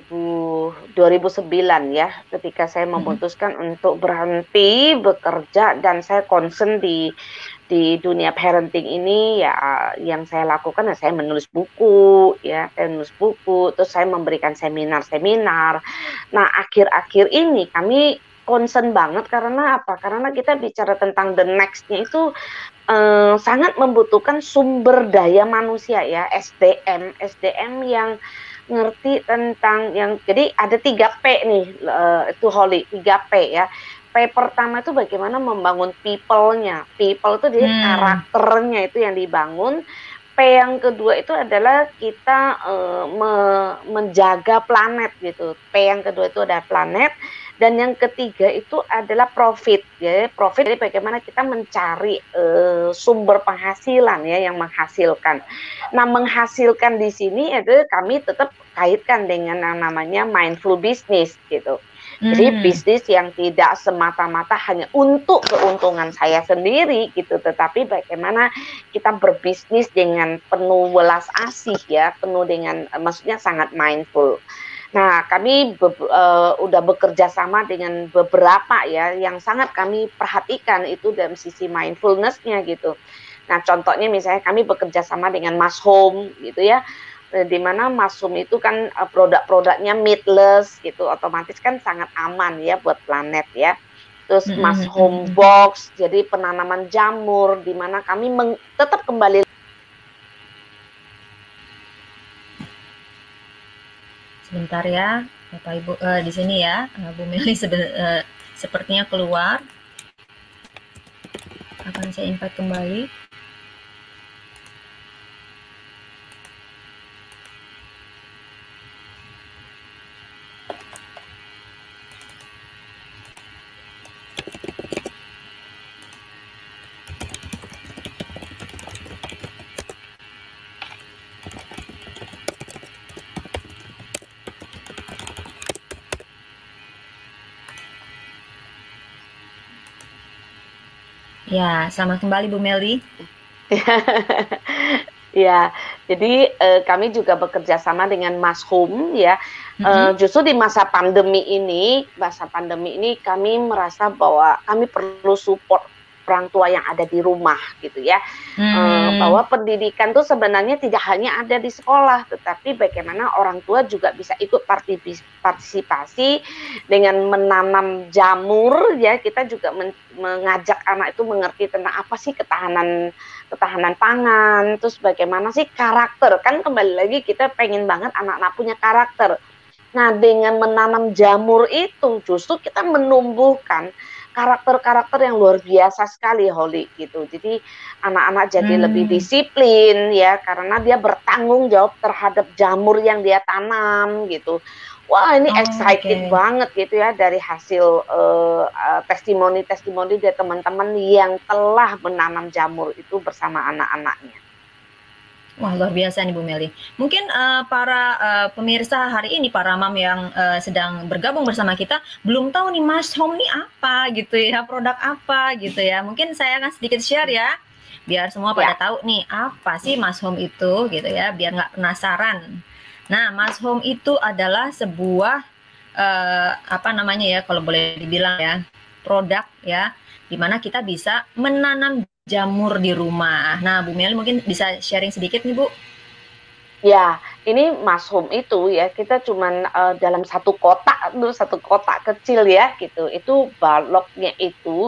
2009 ya, ketika saya Mm-mm. memutuskan untuk berhenti bekerja dan saya concern di dunia parenting ini ya, yang saya lakukan ya saya menulis buku ya, saya menulis buku, terus saya memberikan seminar-seminar. Nah, akhir-akhir ini kami concern banget karena apa? Karena kita bicara tentang the next-nya itu sangat membutuhkan sumber daya manusia ya, SDM yang ngerti tentang yang jadi ada 3P nih, itu Holly, 3P ya. P pertama itu bagaimana membangun people-nya, people itu jadi Hmm. karakternya itu yang dibangun. P yang kedua itu adalah kita, menjaga planet gitu, P yang kedua itu ada planet, dan yang ketiga itu adalah profit ya, profit jadi bagaimana kita mencari, sumber penghasilan ya yang menghasilkan. Nah, menghasilkan di sini itu kami tetap kaitkan dengan yang namanya mindful business gitu. Jadi Hmm. bisnis yang tidak semata-mata hanya untuk keuntungan saya sendiri gitu, tetapi bagaimana kita berbisnis dengan penuh welas asih ya, penuh dengan maksudnya sangat mindful. Nah, kami udah bekerja sama dengan beberapa ya, yang sangat kami perhatikan itu dari sisi mindfulness-nya gitu. Nah, contohnya misalnya kami bekerja sama dengan Mas Home gitu ya, di mana Mas Home itu kan, produk-produknya meatless gitu, otomatis kan sangat aman ya buat planet ya. Terus Hmm, Mas hmm, hmm, Home hmm. Box, jadi penanaman jamur, di mana kami tetap kembali. Sebentar ya, Bapak Ibu di sini ya, Bu Meli sepertinya keluar. Akan saya invite kembali. Ya, selamat kembali Bu Meli. Ya, jadi kami juga bekerja sama dengan Mas Hum ya. Justru di masa pandemi ini kami merasa bahwa kami perlu support orang tua yang ada di rumah gitu ya. Bahwa pendidikan tuh sebenarnya tidak hanya ada di sekolah, tetapi bagaimana orang tua juga bisa ikut partisipasi dengan menanam jamur ya. Kita juga mengajak anak itu mengerti tentang apa sih ketahanan pangan, terus bagaimana sih karakter, kan kembali lagi kita pengen banget anak-anak punya karakter. Nah, dengan menanam jamur itu justru kita menumbuhkan karakter-karakter yang luar biasa sekali, Holly, gitu. Jadi anak-anak jadi lebih disiplin ya, karena dia bertanggung jawab terhadap jamur yang dia tanam gitu. Wah, ini excited banget gitu ya dari hasil testimoni-testimoni dari teman-teman yang telah menanam jamur itu bersama anak-anaknya. Wah, luar biasa nih Bu Meli. Mungkin para pemirsa hari ini, para mam yang sedang bergabung bersama kita, belum tahu nih Mas Home nih apa gitu ya, produk apa gitu ya. Mungkin saya akan sedikit share ya, biar semua pada tahu nih apa sih Mas Home itu gitu ya, biar nggak penasaran. Nah, Mas Home itu adalah sebuah apa namanya ya, kalau boleh dibilang ya, produk ya, dimana kita bisa menanam jamur di rumah. Nah, Bu Meli mungkin bisa sharing sedikit nih, Bu. Ya, ini Mas Home itu ya, kita cuman dalam satu kotak kecil ya gitu. Itu baloknya itu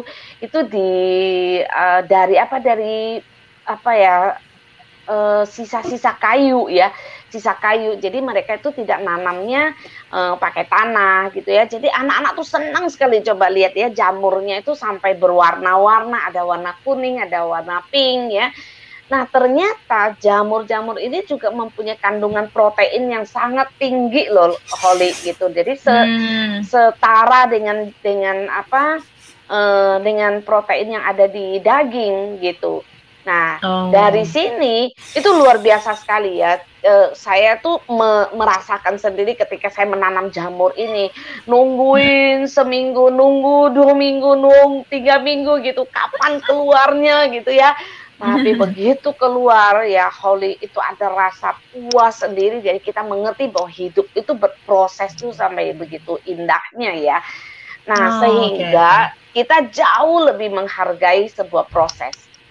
dari apa ya, sisa-sisa kayu ya, sisa kayu. Jadi mereka itu tidak nanamnya pakai tanah gitu ya. Jadi anak-anak tuh senang sekali, coba lihat ya, jamurnya itu sampai berwarna-warna, ada warna kuning, ada warna pink ya. Nah, ternyata jamur-jamur ini juga mempunyai kandungan protein yang sangat tinggi loh, Holly gitu. Jadi setara dengan dengan protein yang ada di daging gitu. Nah, dari sini itu luar biasa sekali ya. Saya tuh merasakan sendiri ketika saya menanam jamur ini, nungguin seminggu, nunggu 2 minggu, nunggu 3 minggu gitu, kapan keluarnya gitu ya. Tapi begitu keluar ya, Holly, itu ada rasa puas sendiri. Jadi kita mengerti bahwa hidup itu berproses tuh sampai begitu indahnya ya. Nah, sehingga kita jauh lebih menghargai sebuah proses.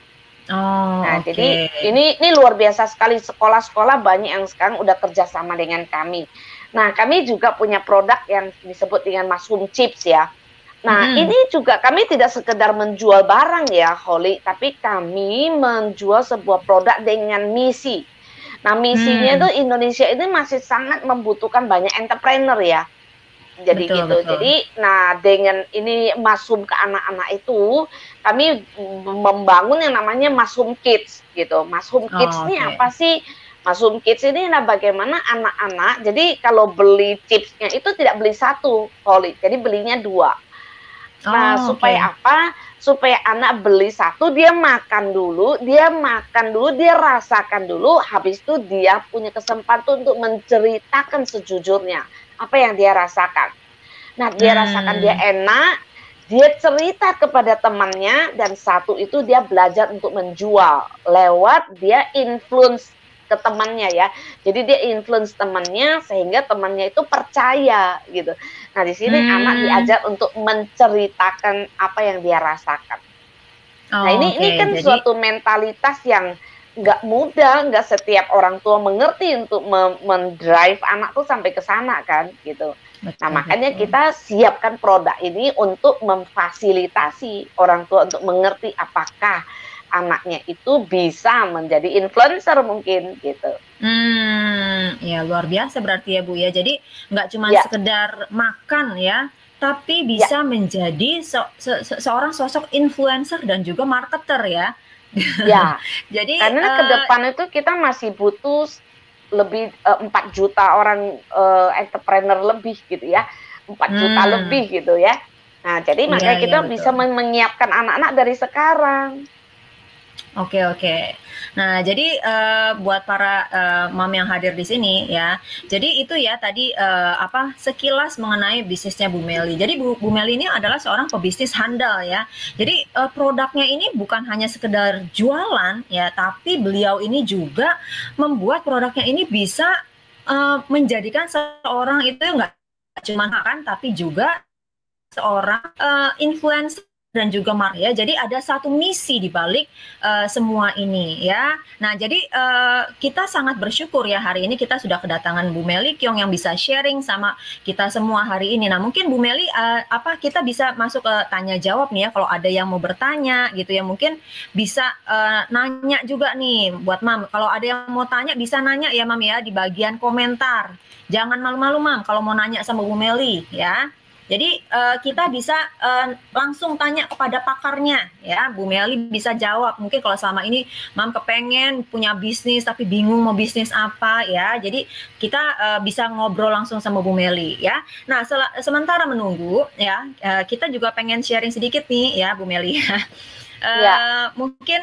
Jadi ini luar biasa sekali, sekolah-sekolah banyak yang sekarang udah kerjasama dengan kami. Nah, kami juga punya produk yang disebut dengan mushroom chips ya. Nah, ini juga kami tidak sekedar menjual barang ya, Holly, tapi kami menjual sebuah produk dengan misi. Nah, misinya itu Indonesia ini masih sangat membutuhkan banyak entrepreneur ya. Jadi betul. Jadi, nah, dengan ini mushroom ke anak-anak itu, kami membangun yang namanya mushroom kids gitu. Mushroom kids ini apa sih? Mushroom kids ini bagaimana anak-anak, jadi kalau beli chipsnya itu tidak beli satu, Holly, jadi belinya 2. Nah, supaya apa? Supaya anak beli satu, dia makan dulu, dia rasakan dulu, habis itu dia punya kesempatan untuk menceritakan sejujurnya apa yang dia rasakan. Nah, dia rasakan dia enak, dia cerita kepada temannya, dan satu itu dia belajar untuk menjual lewat dia influence ke temannya ya. Jadi dia influence temannya sehingga temannya itu percaya gitu. Nah, di sini anak diajar untuk menceritakan apa yang dia rasakan. Nah, ini kan suatu mentalitas yang nggak mudah, nggak setiap orang tua mengerti untuk mendrive anak tuh sampai ke sana kan gitu. Nah, makanya kita siapkan produk ini untuk memfasilitasi orang tua untuk mengerti apakah anaknya itu bisa menjadi influencer mungkin gitu. Ya luar biasa berarti ya Bu ya. Jadi nggak cuma sekedar makan ya, tapi Ya, bisa menjadi seorang sosok influencer dan juga marketer ya. ya. Jadi Karena ke depan itu kita masih butuh lebih 4 juta orang entrepreneur lebih gitu ya. 4 juta lebih gitu ya. Nah, jadi iya makanya iya kita bisa betul. menyiapkan anak-anak dari sekarang. Oke oke. Nah, jadi buat para mom yang hadir di sini ya. Jadi itu ya tadi apa sekilas mengenai bisnisnya Bu Meli. Jadi Bu Meli ini adalah seorang pebisnis handal ya. Jadi produknya ini bukan hanya sekedar jualan ya, tapi beliau ini juga membuat produknya ini bisa menjadikan seorang itu nggak cuma makan tapi juga seorang influencer dan juga Maria. Jadi ada satu misi di balik semua ini ya. Nah, jadi kita sangat bersyukur ya hari ini kita sudah kedatangan Bu Meli Kyong yang bisa sharing sama kita semua hari ini. Nah, mungkin Bu Meli apa kita bisa masuk ke tanya jawab nih ya kalau ada yang mau bertanya gitu ya. Mungkin bisa nanya juga nih buat Mam. Kalau ada yang mau tanya bisa nanya ya Mam ya di bagian komentar. Jangan malu-malu Mam kalau mau nanya sama Bu Meli ya. Jadi kita bisa langsung tanya kepada pakarnya ya, Bu Meli bisa jawab. Mungkin kalau selama ini Mam kepengen punya bisnis tapi bingung mau bisnis apa ya. Jadi kita bisa ngobrol langsung sama Bu Meli ya. Nah, sementara menunggu ya, kita juga pengen sharing sedikit nih ya Bu Meli ya. Ya, Mungkin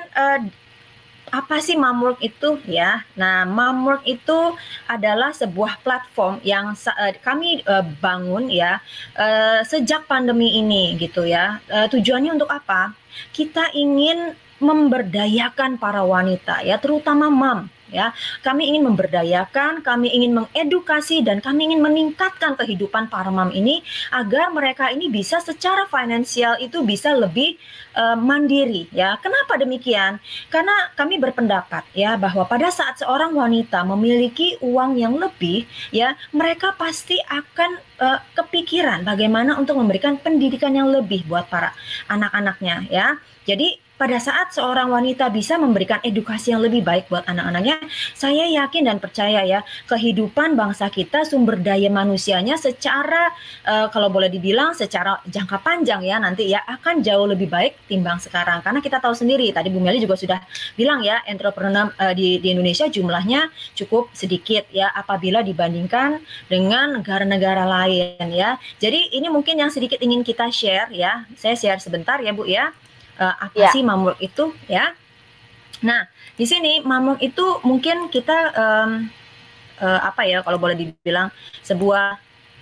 apa sih Mamwork itu ya? Nah, Mamwork itu adalah sebuah platform yang kami bangun ya sejak pandemi ini gitu ya. Tujuannya untuk apa? Kita ingin memberdayakan para wanita ya, terutama mam ya. Kami ingin memberdayakan, kami ingin mengedukasi dan kami ingin meningkatkan kehidupan para mam ini agar mereka ini bisa secara finansial itu bisa lebih mandiri ya. Kenapa demikian? Karena kami berpendapat ya bahwa pada saat seorang wanita memiliki uang yang lebih ya, mereka pasti akan kepikiran bagaimana untuk memberikan pendidikan yang lebih buat para anak-anaknya ya. Jadi pada saat seorang wanita bisa memberikan edukasi yang lebih baik buat anak-anaknya, saya yakin dan percaya ya, kehidupan bangsa kita sumber daya manusianya secara kalau boleh dibilang secara jangka panjang ya nanti ya akan jauh lebih baik timbang sekarang. Karena kita tahu sendiri tadi Bu Meli juga sudah bilang ya, entrepreneur di Indonesia jumlahnya cukup sedikit ya apabila dibandingkan dengan negara-negara lain ya. Jadi ini mungkin yang sedikit ingin kita share ya. Saya share sebentar ya Bu ya. Apa ya. sih Mamwork itu ya? Nah, di sini Mamwork itu mungkin kita apa ya kalau boleh dibilang sebuah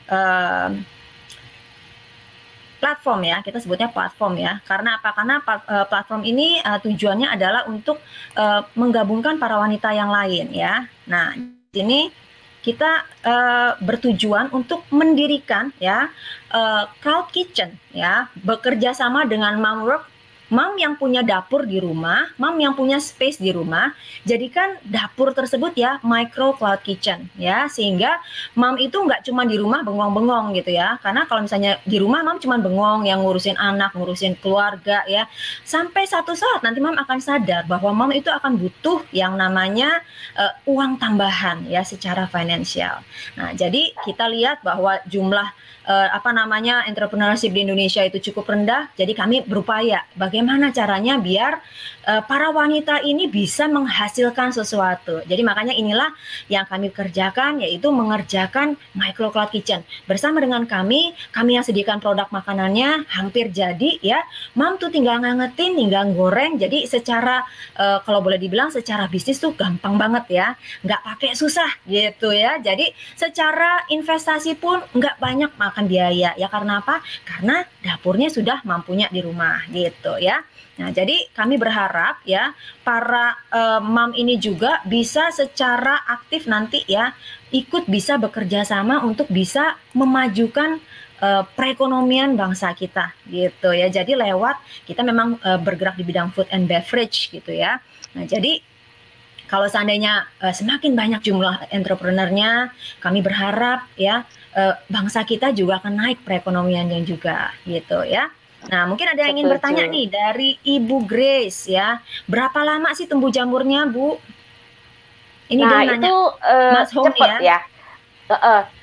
platform ya, kita sebutnya platform ya. Karena apa? Karena platform ini tujuannya adalah untuk menggabungkan para wanita yang lain ya. Nah, di sini kita bertujuan untuk mendirikan ya cloud kitchen ya, bekerja sama dengan Mamwork. Mam yang punya dapur di rumah, mam yang punya space di rumah, jadikan dapur tersebut ya micro cloud kitchen ya, sehingga mam itu nggak cuma di rumah bengong-bengong gitu ya, karena kalau misalnya di rumah mam cuma bengong yang ngurusin anak, ngurusin keluarga ya, sampai satu saat nanti mam akan sadar bahwa mam itu akan butuh yang namanya uang tambahan ya secara finansial. Nah, jadi kita lihat bahwa jumlah apa namanya entrepreneurship di Indonesia itu cukup rendah, jadi kami berupaya bagaimana caranya biar para wanita ini bisa menghasilkan sesuatu. Jadi makanya inilah yang kami kerjakan, yaitu mengerjakan micro cloud kitchen bersama dengan kami yang sediakan produk makanannya hampir jadi ya, mam tuh tinggal ngangetin, tinggal goreng, jadi secara kalau boleh dibilang secara bisnis tuh gampang banget ya, nggak pakai susah gitu ya. Jadi secara investasi pun nggak banyak makan biaya ya, karena apa? Karena dapurnya sudah mampunya di rumah gitu ya. Nah, jadi kami berharap ya para mam ini juga bisa secara aktif nanti ya ikut bisa bekerja sama untuk bisa memajukan perekonomian bangsa kita gitu ya. Jadi lewat kita memang bergerak di bidang food and beverage gitu ya. Nah, jadi kalau seandainya semakin banyak jumlah entrepreneurnya, kami berharap ya bangsa kita juga akan naik perekonomiannya juga gitu ya. Nah, mungkin ada yang ingin bertanya nih dari Ibu Grace ya. Berapa lama sih tumbuh jamurnya, Bu? Ini Nah, dia nanya. itu Mas Home cepet ya.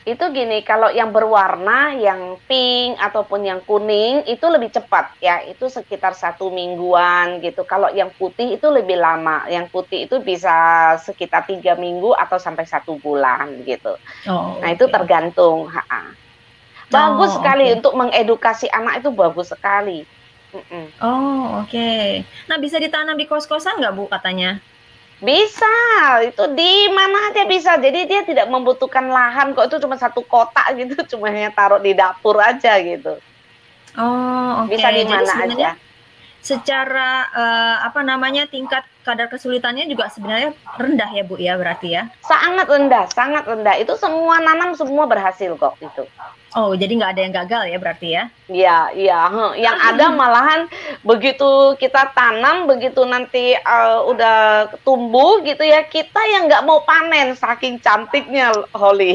Itu gini, kalau yang berwarna, yang pink ataupun yang kuning itu lebih cepat ya, itu sekitar 1 mingguan gitu. Kalau yang putih itu lebih lama, yang putih itu bisa sekitar 3 minggu atau sampai 1 bulan gitu. Nah Oh, itu oke. tergantung. Bagus Oh, sekali oke. untuk mengedukasi anak itu bagus sekali. Mm-mm. Oh, oke. Nah, bisa ditanam di kos-kosan nggak, Bu, katanya? Bisa, itu di mana aja bisa. Jadi dia tidak membutuhkan lahan kok, itu cuma satu kotak gitu, cuma hanya taruh di dapur aja gitu. Oh, oke. Bisa di Jadi mana aja. sebenarnya secara, apa namanya, tingkat kadar kesulitannya juga sebenarnya rendah ya, Bu, ya, berarti ya? Sangat rendah, sangat rendah. Itu semua nanam semua berhasil kok itu. Oh, jadi nggak ada yang gagal ya berarti ya? Iya, iya. Yang ada malahan begitu kita tanam, begitu nanti udah tumbuh gitu ya, kita yang nggak mau panen saking cantiknya Holly.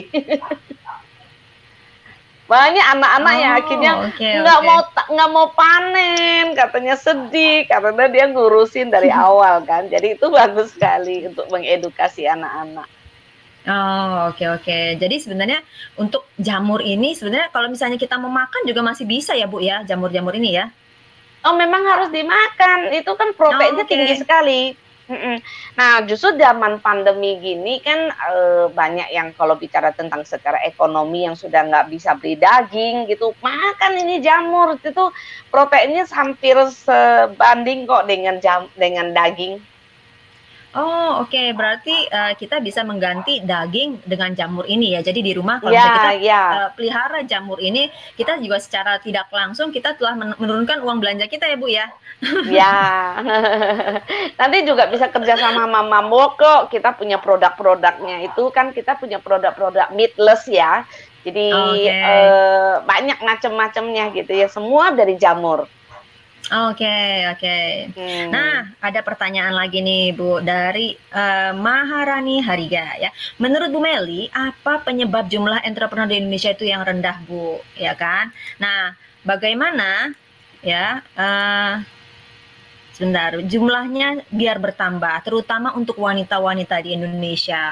Banyak anak-anak yang akhirnya Oh, oke oke. nggak mau panen, katanya sedih karena dia ngurusin dari awal kan. Jadi itu bagus sekali untuk mengedukasi anak-anak. Oh, oke oke. Jadi sebenarnya untuk jamur ini sebenarnya kalau misalnya kita mau makan juga masih bisa ya, Bu, ya, jamur-jamur ini ya? Oh, memang harus dimakan, itu kan Oh, proteinnya tinggi oke. sekali. Mhm. Nah, justru zaman pandemi gini kan, banyak yang kalau bicara tentang secara ekonomi yang sudah nggak bisa beli daging gitu, makan ini jamur, itu proteinnya hampir sebanding kok dengan daging. Oh, oke. Berarti, kita bisa mengganti daging dengan jamur ini ya. Jadi di rumah kalau misalnya kita, Ya, ya. pelihara jamur ini, kita juga secara tidak langsung kita telah menurunkan uang belanja kita ya, Bu, ya? Ya, nanti juga bisa kerja sama Mama Moko, kita punya produk-produknya itu kan kita punya produk-produk meatless ya. Jadi, Oke. banyak macam-macamnya gitu ya, semua dari jamur. Oke oke. Nah, Hmm. ada pertanyaan lagi nih, Bu, dari, Maharani Hariga ya. Menurut Bu Meli, apa penyebab jumlah entrepreneur di Indonesia itu yang rendah, Bu? Ya kan? Nah, bagaimana ya, sebentar, jumlahnya biar bertambah, terutama untuk wanita-wanita di Indonesia?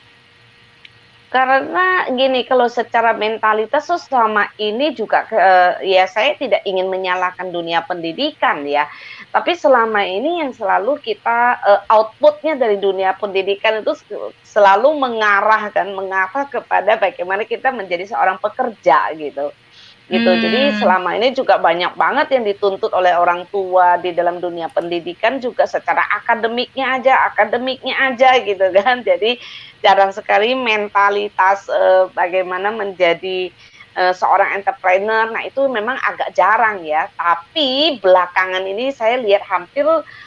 Karena gini, kalau secara mentalitas tuh selama ini juga ya saya tidak ingin menyalahkan dunia pendidikan ya, tapi selama ini yang selalu kita, output dari dunia pendidikan itu selalu mengarah kepada bagaimana kita menjadi seorang pekerja gitu. Gitu. Jadi Hmm. selama ini juga banyak banget yang dituntut oleh orang tua di dalam dunia pendidikan juga secara akademiknya aja gitu kan. Jadi jarang sekali mentalitas bagaimana menjadi seorang entrepreneur. Nah, itu memang agak jarang ya. Tapi belakangan ini saya lihat hampir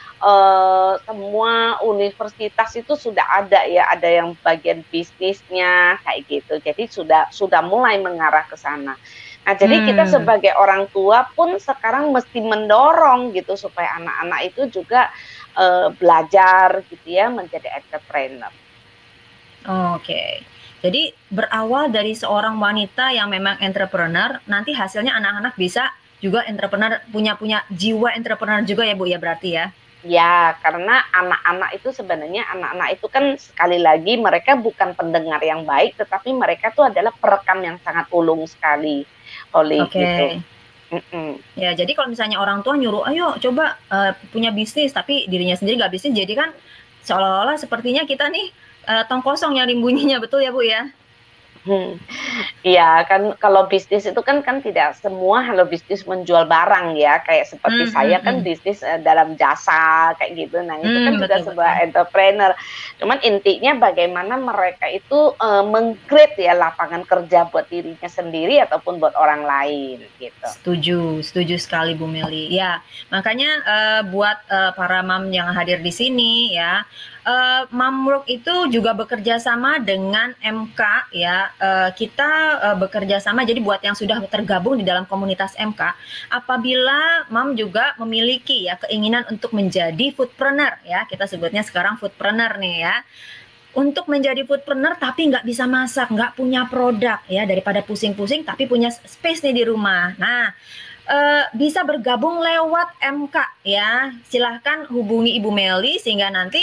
semua universitas itu sudah ada ya, ada yang bagian bisnisnya kayak gitu. Jadi sudah mulai mengarah ke sana. Nah, jadi kita Hmm. sebagai orang tua pun sekarang mesti mendorong gitu supaya anak-anak itu juga, belajar gitu ya menjadi entrepreneur. Oke. Jadi berawal dari seorang wanita yang memang entrepreneur, nanti hasilnya anak-anak bisa juga entrepreneur, punya punya jiwa entrepreneur juga ya, Bu, ya berarti ya? Ya, karena anak-anak itu kan sekali lagi mereka bukan pendengar yang baik, tetapi mereka tuh adalah perekam yang sangat ulung sekali, oleh Oke. gitu. Mhm. Ya, jadi kalau misalnya orang tua nyuruh, "Ayo coba, punya bisnis," tapi dirinya sendiri nggak bisnis, jadi kan seolah-olah sepertinya kita nih, tong kosong nyari bunyinya, betul ya, Bu, ya? Hmm. Iya, kan kalau bisnis itu kan tidak semua kalau bisnis menjual barang ya, kayak seperti Mhm saya kan mhm. bisnis, dalam jasa kayak gitu. Nah, itu kan juga Betul betul. sebuah entrepreneur. Cuman intinya bagaimana mereka itu, meng-create ya lapangan kerja buat dirinya sendiri ataupun buat orang lain gitu. Setuju, setuju sekali Bu Meli. Ya, makanya buat para mam yang hadir di sini ya, Mamruk itu juga bekerja sama dengan MK ya. Kita bekerja sama. Jadi buat yang sudah tergabung di dalam komunitas MK, apabila Mam juga memiliki ya keinginan untuk menjadi foodpreneur ya, kita sebutnya sekarang foodpreneur nih ya. Untuk menjadi foodpreneur tapi nggak bisa masak, nggak punya produk ya, daripada pusing-pusing tapi punya space nih di rumah. Nah, bisa bergabung lewat MK ya. Silahkan hubungi Ibu Meli sehingga nanti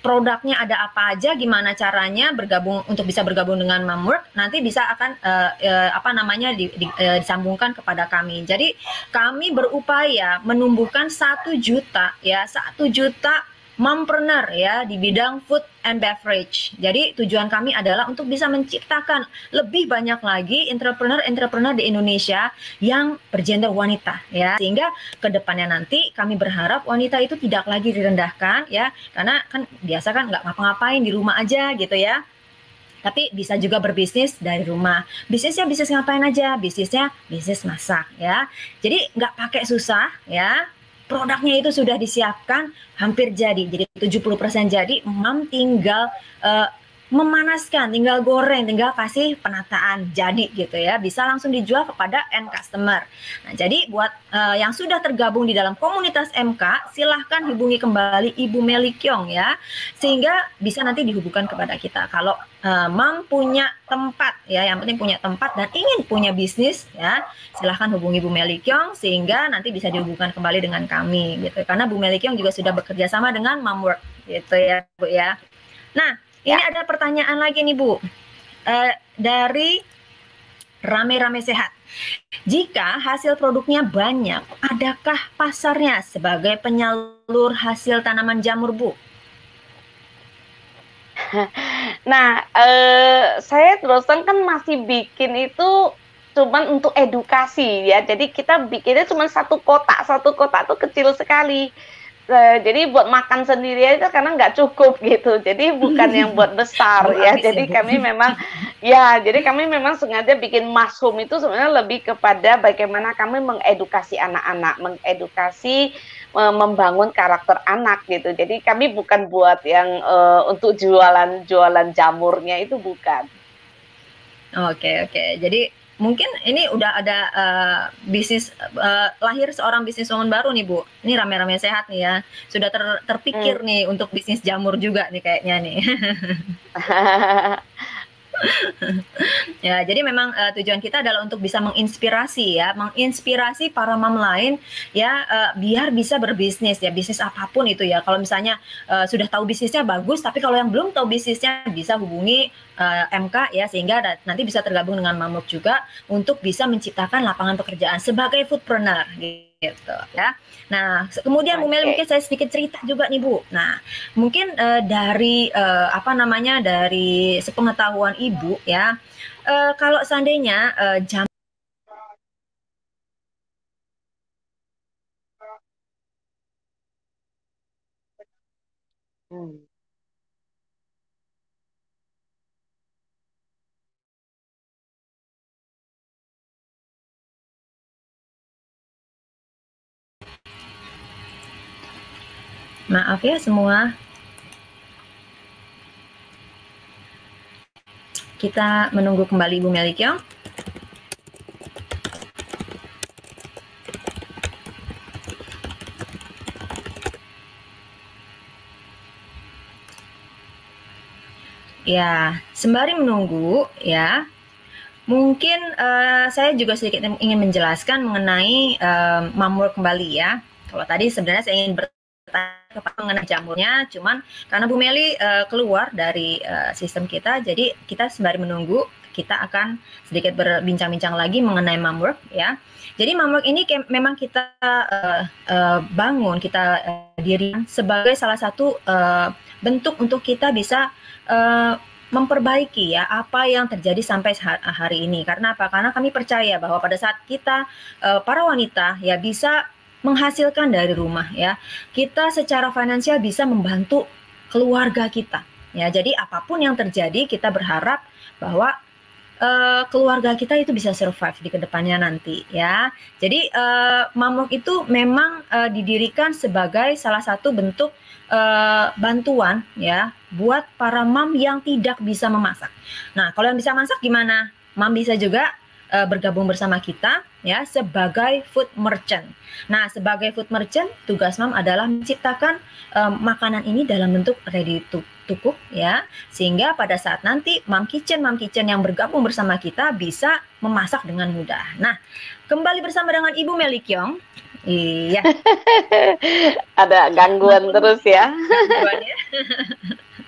produknya ada apa aja, gimana caranya bergabung untuk bisa bergabung dengan Mamwork, nanti bisa akan disambungkan kepada kami. Jadi kami berupaya menumbuhkan 1 juta ya, 1 juta mompreneur ya di bidang food and beverage. Jadi tujuan kami adalah untuk bisa menciptakan lebih banyak lagi entrepreneur di Indonesia yang bergender wanita ya. Sehingga kedepannya nanti kami berharap wanita itu tidak lagi direndahkan ya, karena kan biasa kan nggak ngapa-ngapain di rumah aja gitu ya. Tapi bisa juga berbisnis dari rumah. Bisnisnya bisnis ngapain aja? Bisnisnya bisnis masak ya. Jadi nggak pakai susah ya. Produknya itu sudah disiapkan, hampir jadi 70% jadi, mam tinggal memanaskan, tinggal goreng, tinggal kasih penataan, jadi gitu ya, bisa langsung dijual kepada end customer. Nah, jadi buat yang sudah tergabung di dalam komunitas MK, silahkan hubungi kembali Ibu Meli Kyong ya, sehingga bisa nanti dihubungkan kepada kita. Kalau mam punya tempat ya, yang penting punya tempat dan ingin punya bisnis ya, silahkan hubungi Bu Meli Kyong sehingga nanti bisa dihubungkan kembali dengan kami gitu. Karena Bu Meli Kyong juga sudah bekerja sama dengan Mamwork gitu ya Bu ya. Nah, ini ada pertanyaan lagi nih Bu, dari Rame-Rame Sehat. Jika hasil produknya banyak, adakah pasarnya sebagai penyalur hasil tanaman jamur Bu? Nah, saya terus terang kan masih bikin itu cuman untuk edukasi ya. Jadi kita bikinnya cuma satu kotak tuh kecil sekali. Jadi buat makan sendiri aja karena nggak cukup gitu. Jadi bukan yang buat besar ya. Jadi kami memang sengaja bikin mushroom itu sebenarnya lebih kepada bagaimana kami mengedukasi anak-anak, membangun karakter anak gitu. Jadi kami bukan buat yang untuk jualan jamurnya, itu bukan. Oke. Jadi mungkin ini udah ada bisnis lahir seorang bisniswoman baru nih Bu. Ini Rame-Rame Sehat nih ya. Sudah terpikir nih untuk bisnis jamur juga nih kayaknya nih. Ya, jadi memang tujuan kita adalah untuk bisa menginspirasi para mam lain ya, biar bisa berbisnis ya, bisnis apapun itu ya. Kalau misalnya sudah tahu bisnisnya bagus, tapi kalau yang belum tahu bisnisnya bisa hubungi MK ya, sehingga nanti bisa tergabung dengan Mamwork juga untuk bisa menciptakan lapangan pekerjaan sebagai foodpreneur gitu ya. Nah, kemudian Bu Meli, mungkin saya sedikit cerita juga nih Bu. Nah, mungkin dari dari sepengetahuan Ibu ya, kalau seandainya jam maaf ya semua. Kita menunggu kembali Bu Meli Kyong. Ya, sembari menunggu ya, mungkin saya juga sedikit ingin menjelaskan mengenai Mamwork kembali ya. Kalau tadi sebenarnya saya ingin bertanya mengenai jamurnya, cuman karena Bu Meli keluar dari sistem kita, jadi kita sembari menunggu kita akan sedikit berbincang-bincang lagi mengenai Mamwork ya. Jadi Mamwork ini memang kita bangun, kita dirikan sebagai salah satu bentuk untuk kita bisa memperbaiki ya apa yang terjadi sampai hari ini. Karena apa? Karena kami percaya bahwa pada saat kita para wanita ya bisa menghasilkan dari rumah ya, kita secara finansial bisa membantu keluarga kita ya. Jadi apapun yang terjadi, kita berharap bahwa keluarga kita itu bisa survive di kedepannya nanti ya. Jadi Mamwork itu memang didirikan sebagai salah satu bentuk bantuan ya buat para mam yang tidak bisa memasak. Nah, kalau yang bisa masak gimana? Mam bisa juga bergabung bersama kita ya sebagai food merchant. Nah, sebagai food merchant, tugas mam adalah menciptakan makanan ini dalam bentuk ready to cook ya, sehingga pada saat nanti mam kitchen yang bergabung bersama kita bisa memasak dengan mudah. Nah, kembali bersama dengan Ibu Meli Kyong. Iya. Ada gangguan terus ya. Gangguan ya.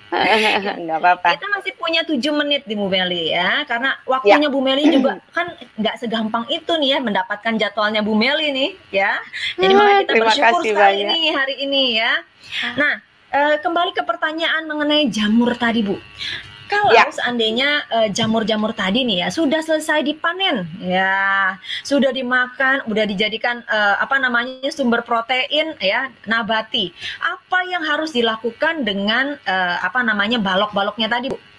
Nggak apa-apa. Kita masih punya 7 menit di Bu Meli ya, karena Ya. waktunya Bu Meli juga kan nggak segampang itu nih ya mendapatkan jadwalnya Bu Meli nih ya. Jadi makanya kita Terima bersyukur kasih sekali banyak. nih hari ini ya. Nah, kembali ke pertanyaan mengenai jamur tadi Bu. Kalau Ya. seandainya jamur-jamur tadi nih ya sudah selesai dipanen, ya sudah dimakan, udah dijadikan apa namanya sumber protein ya nabati. Apa yang harus dilakukan dengan apa namanya balok-baloknya tadi, Bu?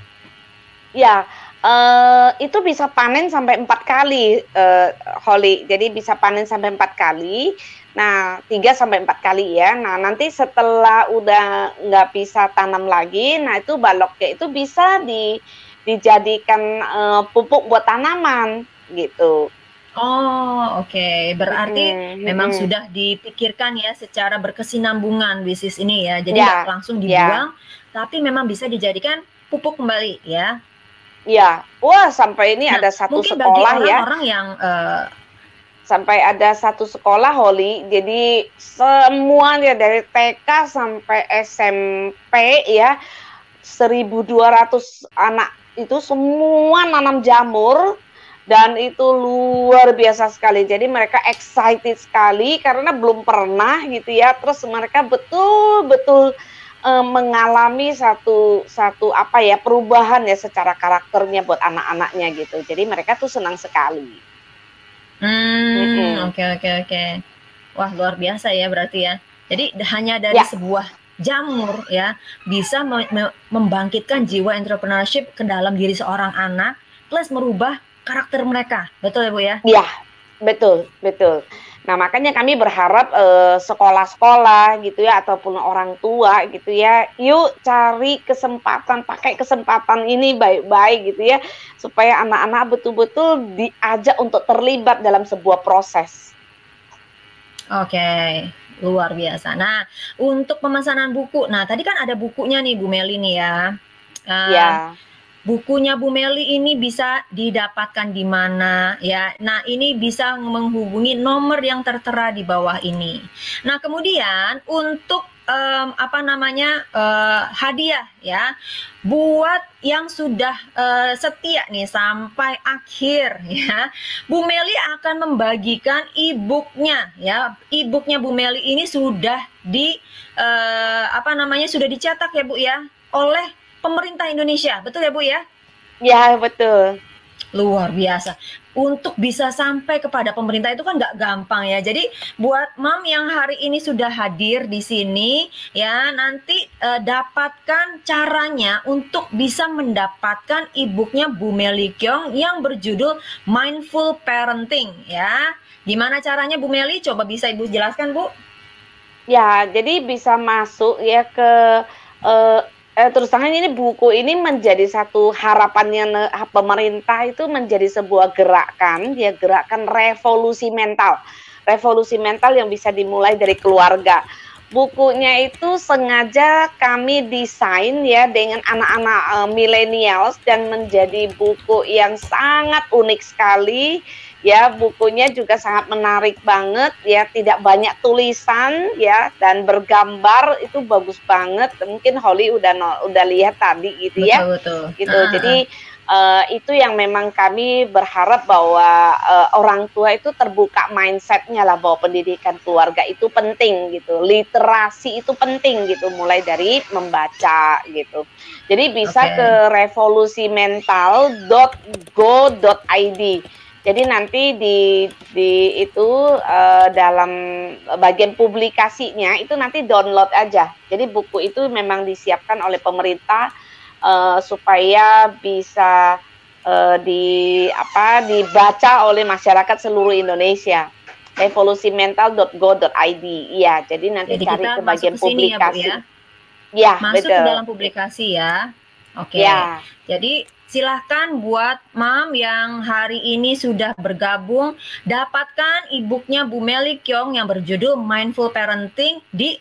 Ya, itu bisa panen sampai 4 kali, Holly. Jadi bisa panen sampai 4 kali. Nah, 3 sampai 4 kali ya. Nah, nanti setelah udah nggak bisa tanam lagi, nah itu baloknya itu bisa dijadikan, pupuk buat tanaman, gitu. Oh, oke. Berarti Mhm memang mhm. sudah dipikirkan ya secara berkesinambungan bisnis ini ya. Jadi nggak Ya langsung ya dibuang, tapi memang bisa dijadikan pupuk kembali ya. ya. Wah, sampai ini Nah, ada satu mungkin bagi sekolah ya. orang-orang yang Sampai ada satu sekolah, Holly, jadi semuanya dari TK sampai SMP ya, 1.200 anak itu semua nanam jamur dan itu luar biasa sekali. Jadi mereka excited sekali karena belum pernah gitu ya. Terus mereka betul-betul mengalami satu satu apa ya, perubahan ya secara karakternya buat anak-anaknya gitu. Jadi mereka tuh senang sekali. Mhm. oke oke oke. Wah, luar biasa ya berarti ya. Jadi hanya dari Ya. sebuah jamur ya bisa membangkitkan jiwa entrepreneurship ke dalam diri seorang anak plus merubah karakter mereka. Betul ya, Bu ya? Iya, betul betul. Nah, makanya kami berharap, sekolah-sekolah gitu ya, ataupun orang tua gitu ya, yuk cari kesempatan, pakai kesempatan ini baik-baik gitu ya, supaya anak-anak betul-betul diajak untuk terlibat dalam sebuah proses. Oke, luar biasa. Nah, untuk pemesanan buku, nah tadi kan ada bukunya nih Bu Meli nih ya. Eee, Ya. Bukunya Bu Meli ini bisa didapatkan di mana ya. Nah, ini bisa menghubungi nomor yang tertera di bawah ini. Nah, kemudian untuk apa namanya hadiah ya buat yang sudah setia nih sampai akhir ya. Bu Meli akan membagikan e-booknya ya. E-booknya Bu Meli ini sudah di apa namanya sudah dicetak ya Bu ya oleh pemerintah Indonesia, betul ya Bu ya? Ya, betul. Luar biasa. Untuk bisa sampai kepada pemerintah itu kan nggak gampang ya. Jadi buat Mam yang hari ini sudah hadir di sini ya, nanti dapatkan caranya untuk bisa mendapatkan e-booknya Bu Meli Kyong yang berjudul Mindful Parenting ya. Gimana caranya Bu Meli? Coba bisa Ibu jelaskan Bu? Ya, jadi bisa masuk ya ke terus terang ini buku ini menjadi satu harapannya pemerintah itu menjadi sebuah gerakan, ya gerakan revolusi mental. Revolusi mental yang bisa dimulai dari keluarga. Bukunya itu sengaja kami desain ya dengan anak-anak millennials dan menjadi buku yang sangat unik sekali. Ya, bukunya juga sangat menarik banget ya, tidak banyak tulisan ya dan bergambar itu bagus banget. Mungkin Holly udah lihat tadi gitu ya. Betul betul. Gitu. Jadi itu yang memang kami berharap bahwa orang tua itu terbuka mindsetnya lah bahwa pendidikan keluarga itu penting gitu, literasi itu penting gitu, mulai dari membaca gitu. Jadi bisa ke revolusimental.go.id. Jadi nanti di itu dalam bagian publikasinya itu nanti download aja. Jadi buku itu memang disiapkan oleh pemerintah supaya bisa dibaca oleh masyarakat seluruh Indonesia. revolusimental.go.id. Iya, jadi nanti Jadi cari kita ke masuk bagian ke sini ya Bu publikasi. ya. Ya, Masuk ke betul. dalam publikasi ya. Oke. Ya. Jadi silahkan buat Mam yang hari ini sudah bergabung dapatkan e-booknya Bu Meli Kyong yang berjudul Mindful Parenting di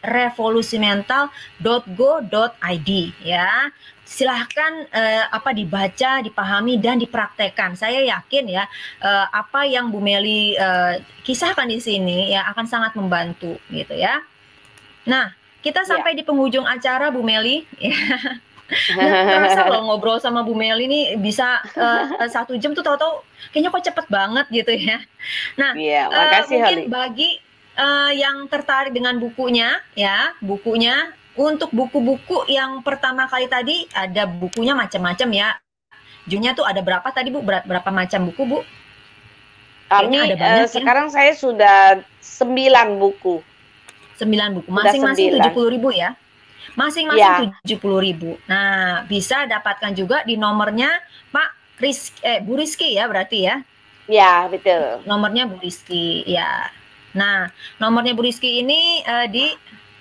revolusimental.go.id ya. Silahkan dibaca, dipahami dan dipraktekkan. Saya yakin ya apa yang Bu Meli kisahkan di sini ya akan sangat membantu gitu ya. Nah, kita Ya. sampai di penghujung acara Bu Meli. Nggak terasa loh ngobrol sama Bu Meli ini bisa 1 jam tuh tahu-tahu kayaknya kok cepet banget gitu ya. Nah, Iya, makasih mungkin Holly. bagi yang tertarik dengan bukunya ya, bukunya untuk buku-buku yang pertama kali tadi ada bukunya macam-macam ya. Jumlahnya tuh ada berapa tadi Bu? Berapa macam buku Bu? Kayaknya Kami ada banyak ya. sekarang saya sudah 9 buku. 9 buku, Sudah masing-masing 9. 70.000 ya. Masing-masing 70.000. Nah, bisa dapatkan juga di nomornya Pak Bu Rizky ya berarti ya. Ya, betul. Nomornya Bu Rizky ya. Nah, nomornya Bu Rizky ini di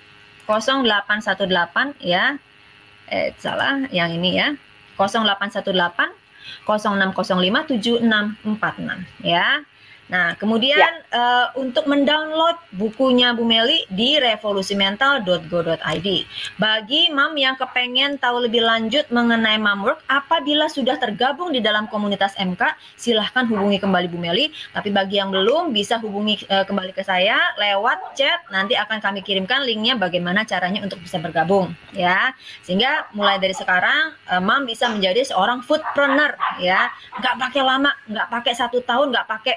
0818 ya. Salah, yang ini ya. 0818 0605 7646 ya. Nah, kemudian untuk mendownload bukunya Bu Meli di revolusimental.go.id. Bagi mam yang kepengen tahu lebih lanjut mengenai Momwork, apabila sudah tergabung di dalam komunitas MK, silahkan hubungi kembali Bu Meli. Tapi bagi yang belum, bisa hubungi kembali ke saya lewat chat. Nanti akan kami kirimkan linknya bagaimana caranya untuk bisa bergabung ya. Sehingga mulai dari sekarang, mam bisa menjadi seorang foodpreneur ya. Nggak pakai lama, nggak pakai 1 tahun, nggak pakai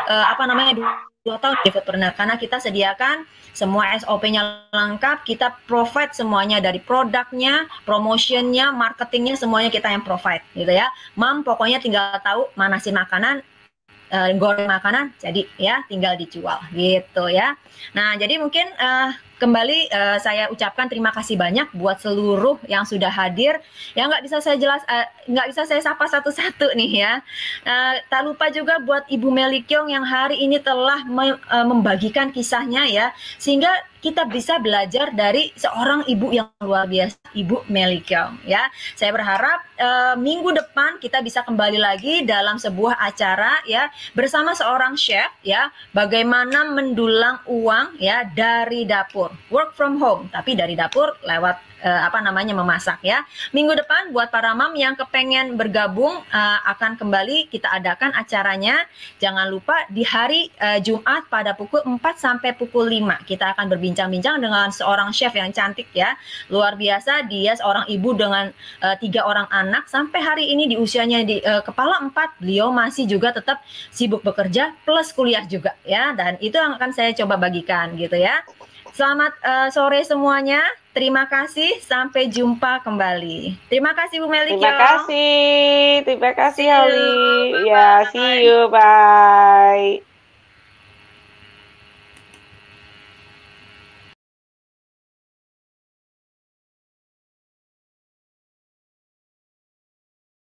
2 tahun di foodpreneur, karena kita sediakan semua SOP-nya lengkap, kita provide semuanya dari produknya, promotionnya, marketingnya, semuanya kita yang provide gitu ya. Mam pokoknya tinggal tahu manasin makanan, goreng makanan, jadi ya tinggal dijual gitu ya. Nah, jadi mungkin kembali saya ucapkan terima kasih banyak buat seluruh yang sudah hadir. Ya nggak bisa saya nggak bisa saya sapa satu-satu nih ya. Tak lupa juga buat Ibu Meli Kyong yang hari ini telah membagikan kisahnya ya, sehingga kita bisa belajar dari seorang ibu yang luar biasa, Ibu Meli Kyong ya. Saya berharap minggu depan kita bisa kembali lagi dalam sebuah acara ya bersama seorang chef ya, bagaimana mendulang uang ya dari dapur, work from home tapi dari dapur lewat memasak ya. Minggu depan buat para mam yang kepengen bergabung akan kembali kita adakan acaranya. Jangan lupa di hari Jumat pada pukul 4 sampai pukul 5 kita akan berbincang-bincang dengan seorang chef yang cantik ya. Luar biasa, dia seorang ibu dengan 3 orang anak, sampai hari ini di usianya di kepala 4 beliau masih juga tetap sibuk bekerja plus kuliah juga ya, dan itu yang akan saya coba bagikan gitu ya. Selamat sore semuanya. Terima kasih. Sampai jumpa kembali. Terima kasih Bu Meli Kyong. Terima kasih Holly. Ya, see you, bye.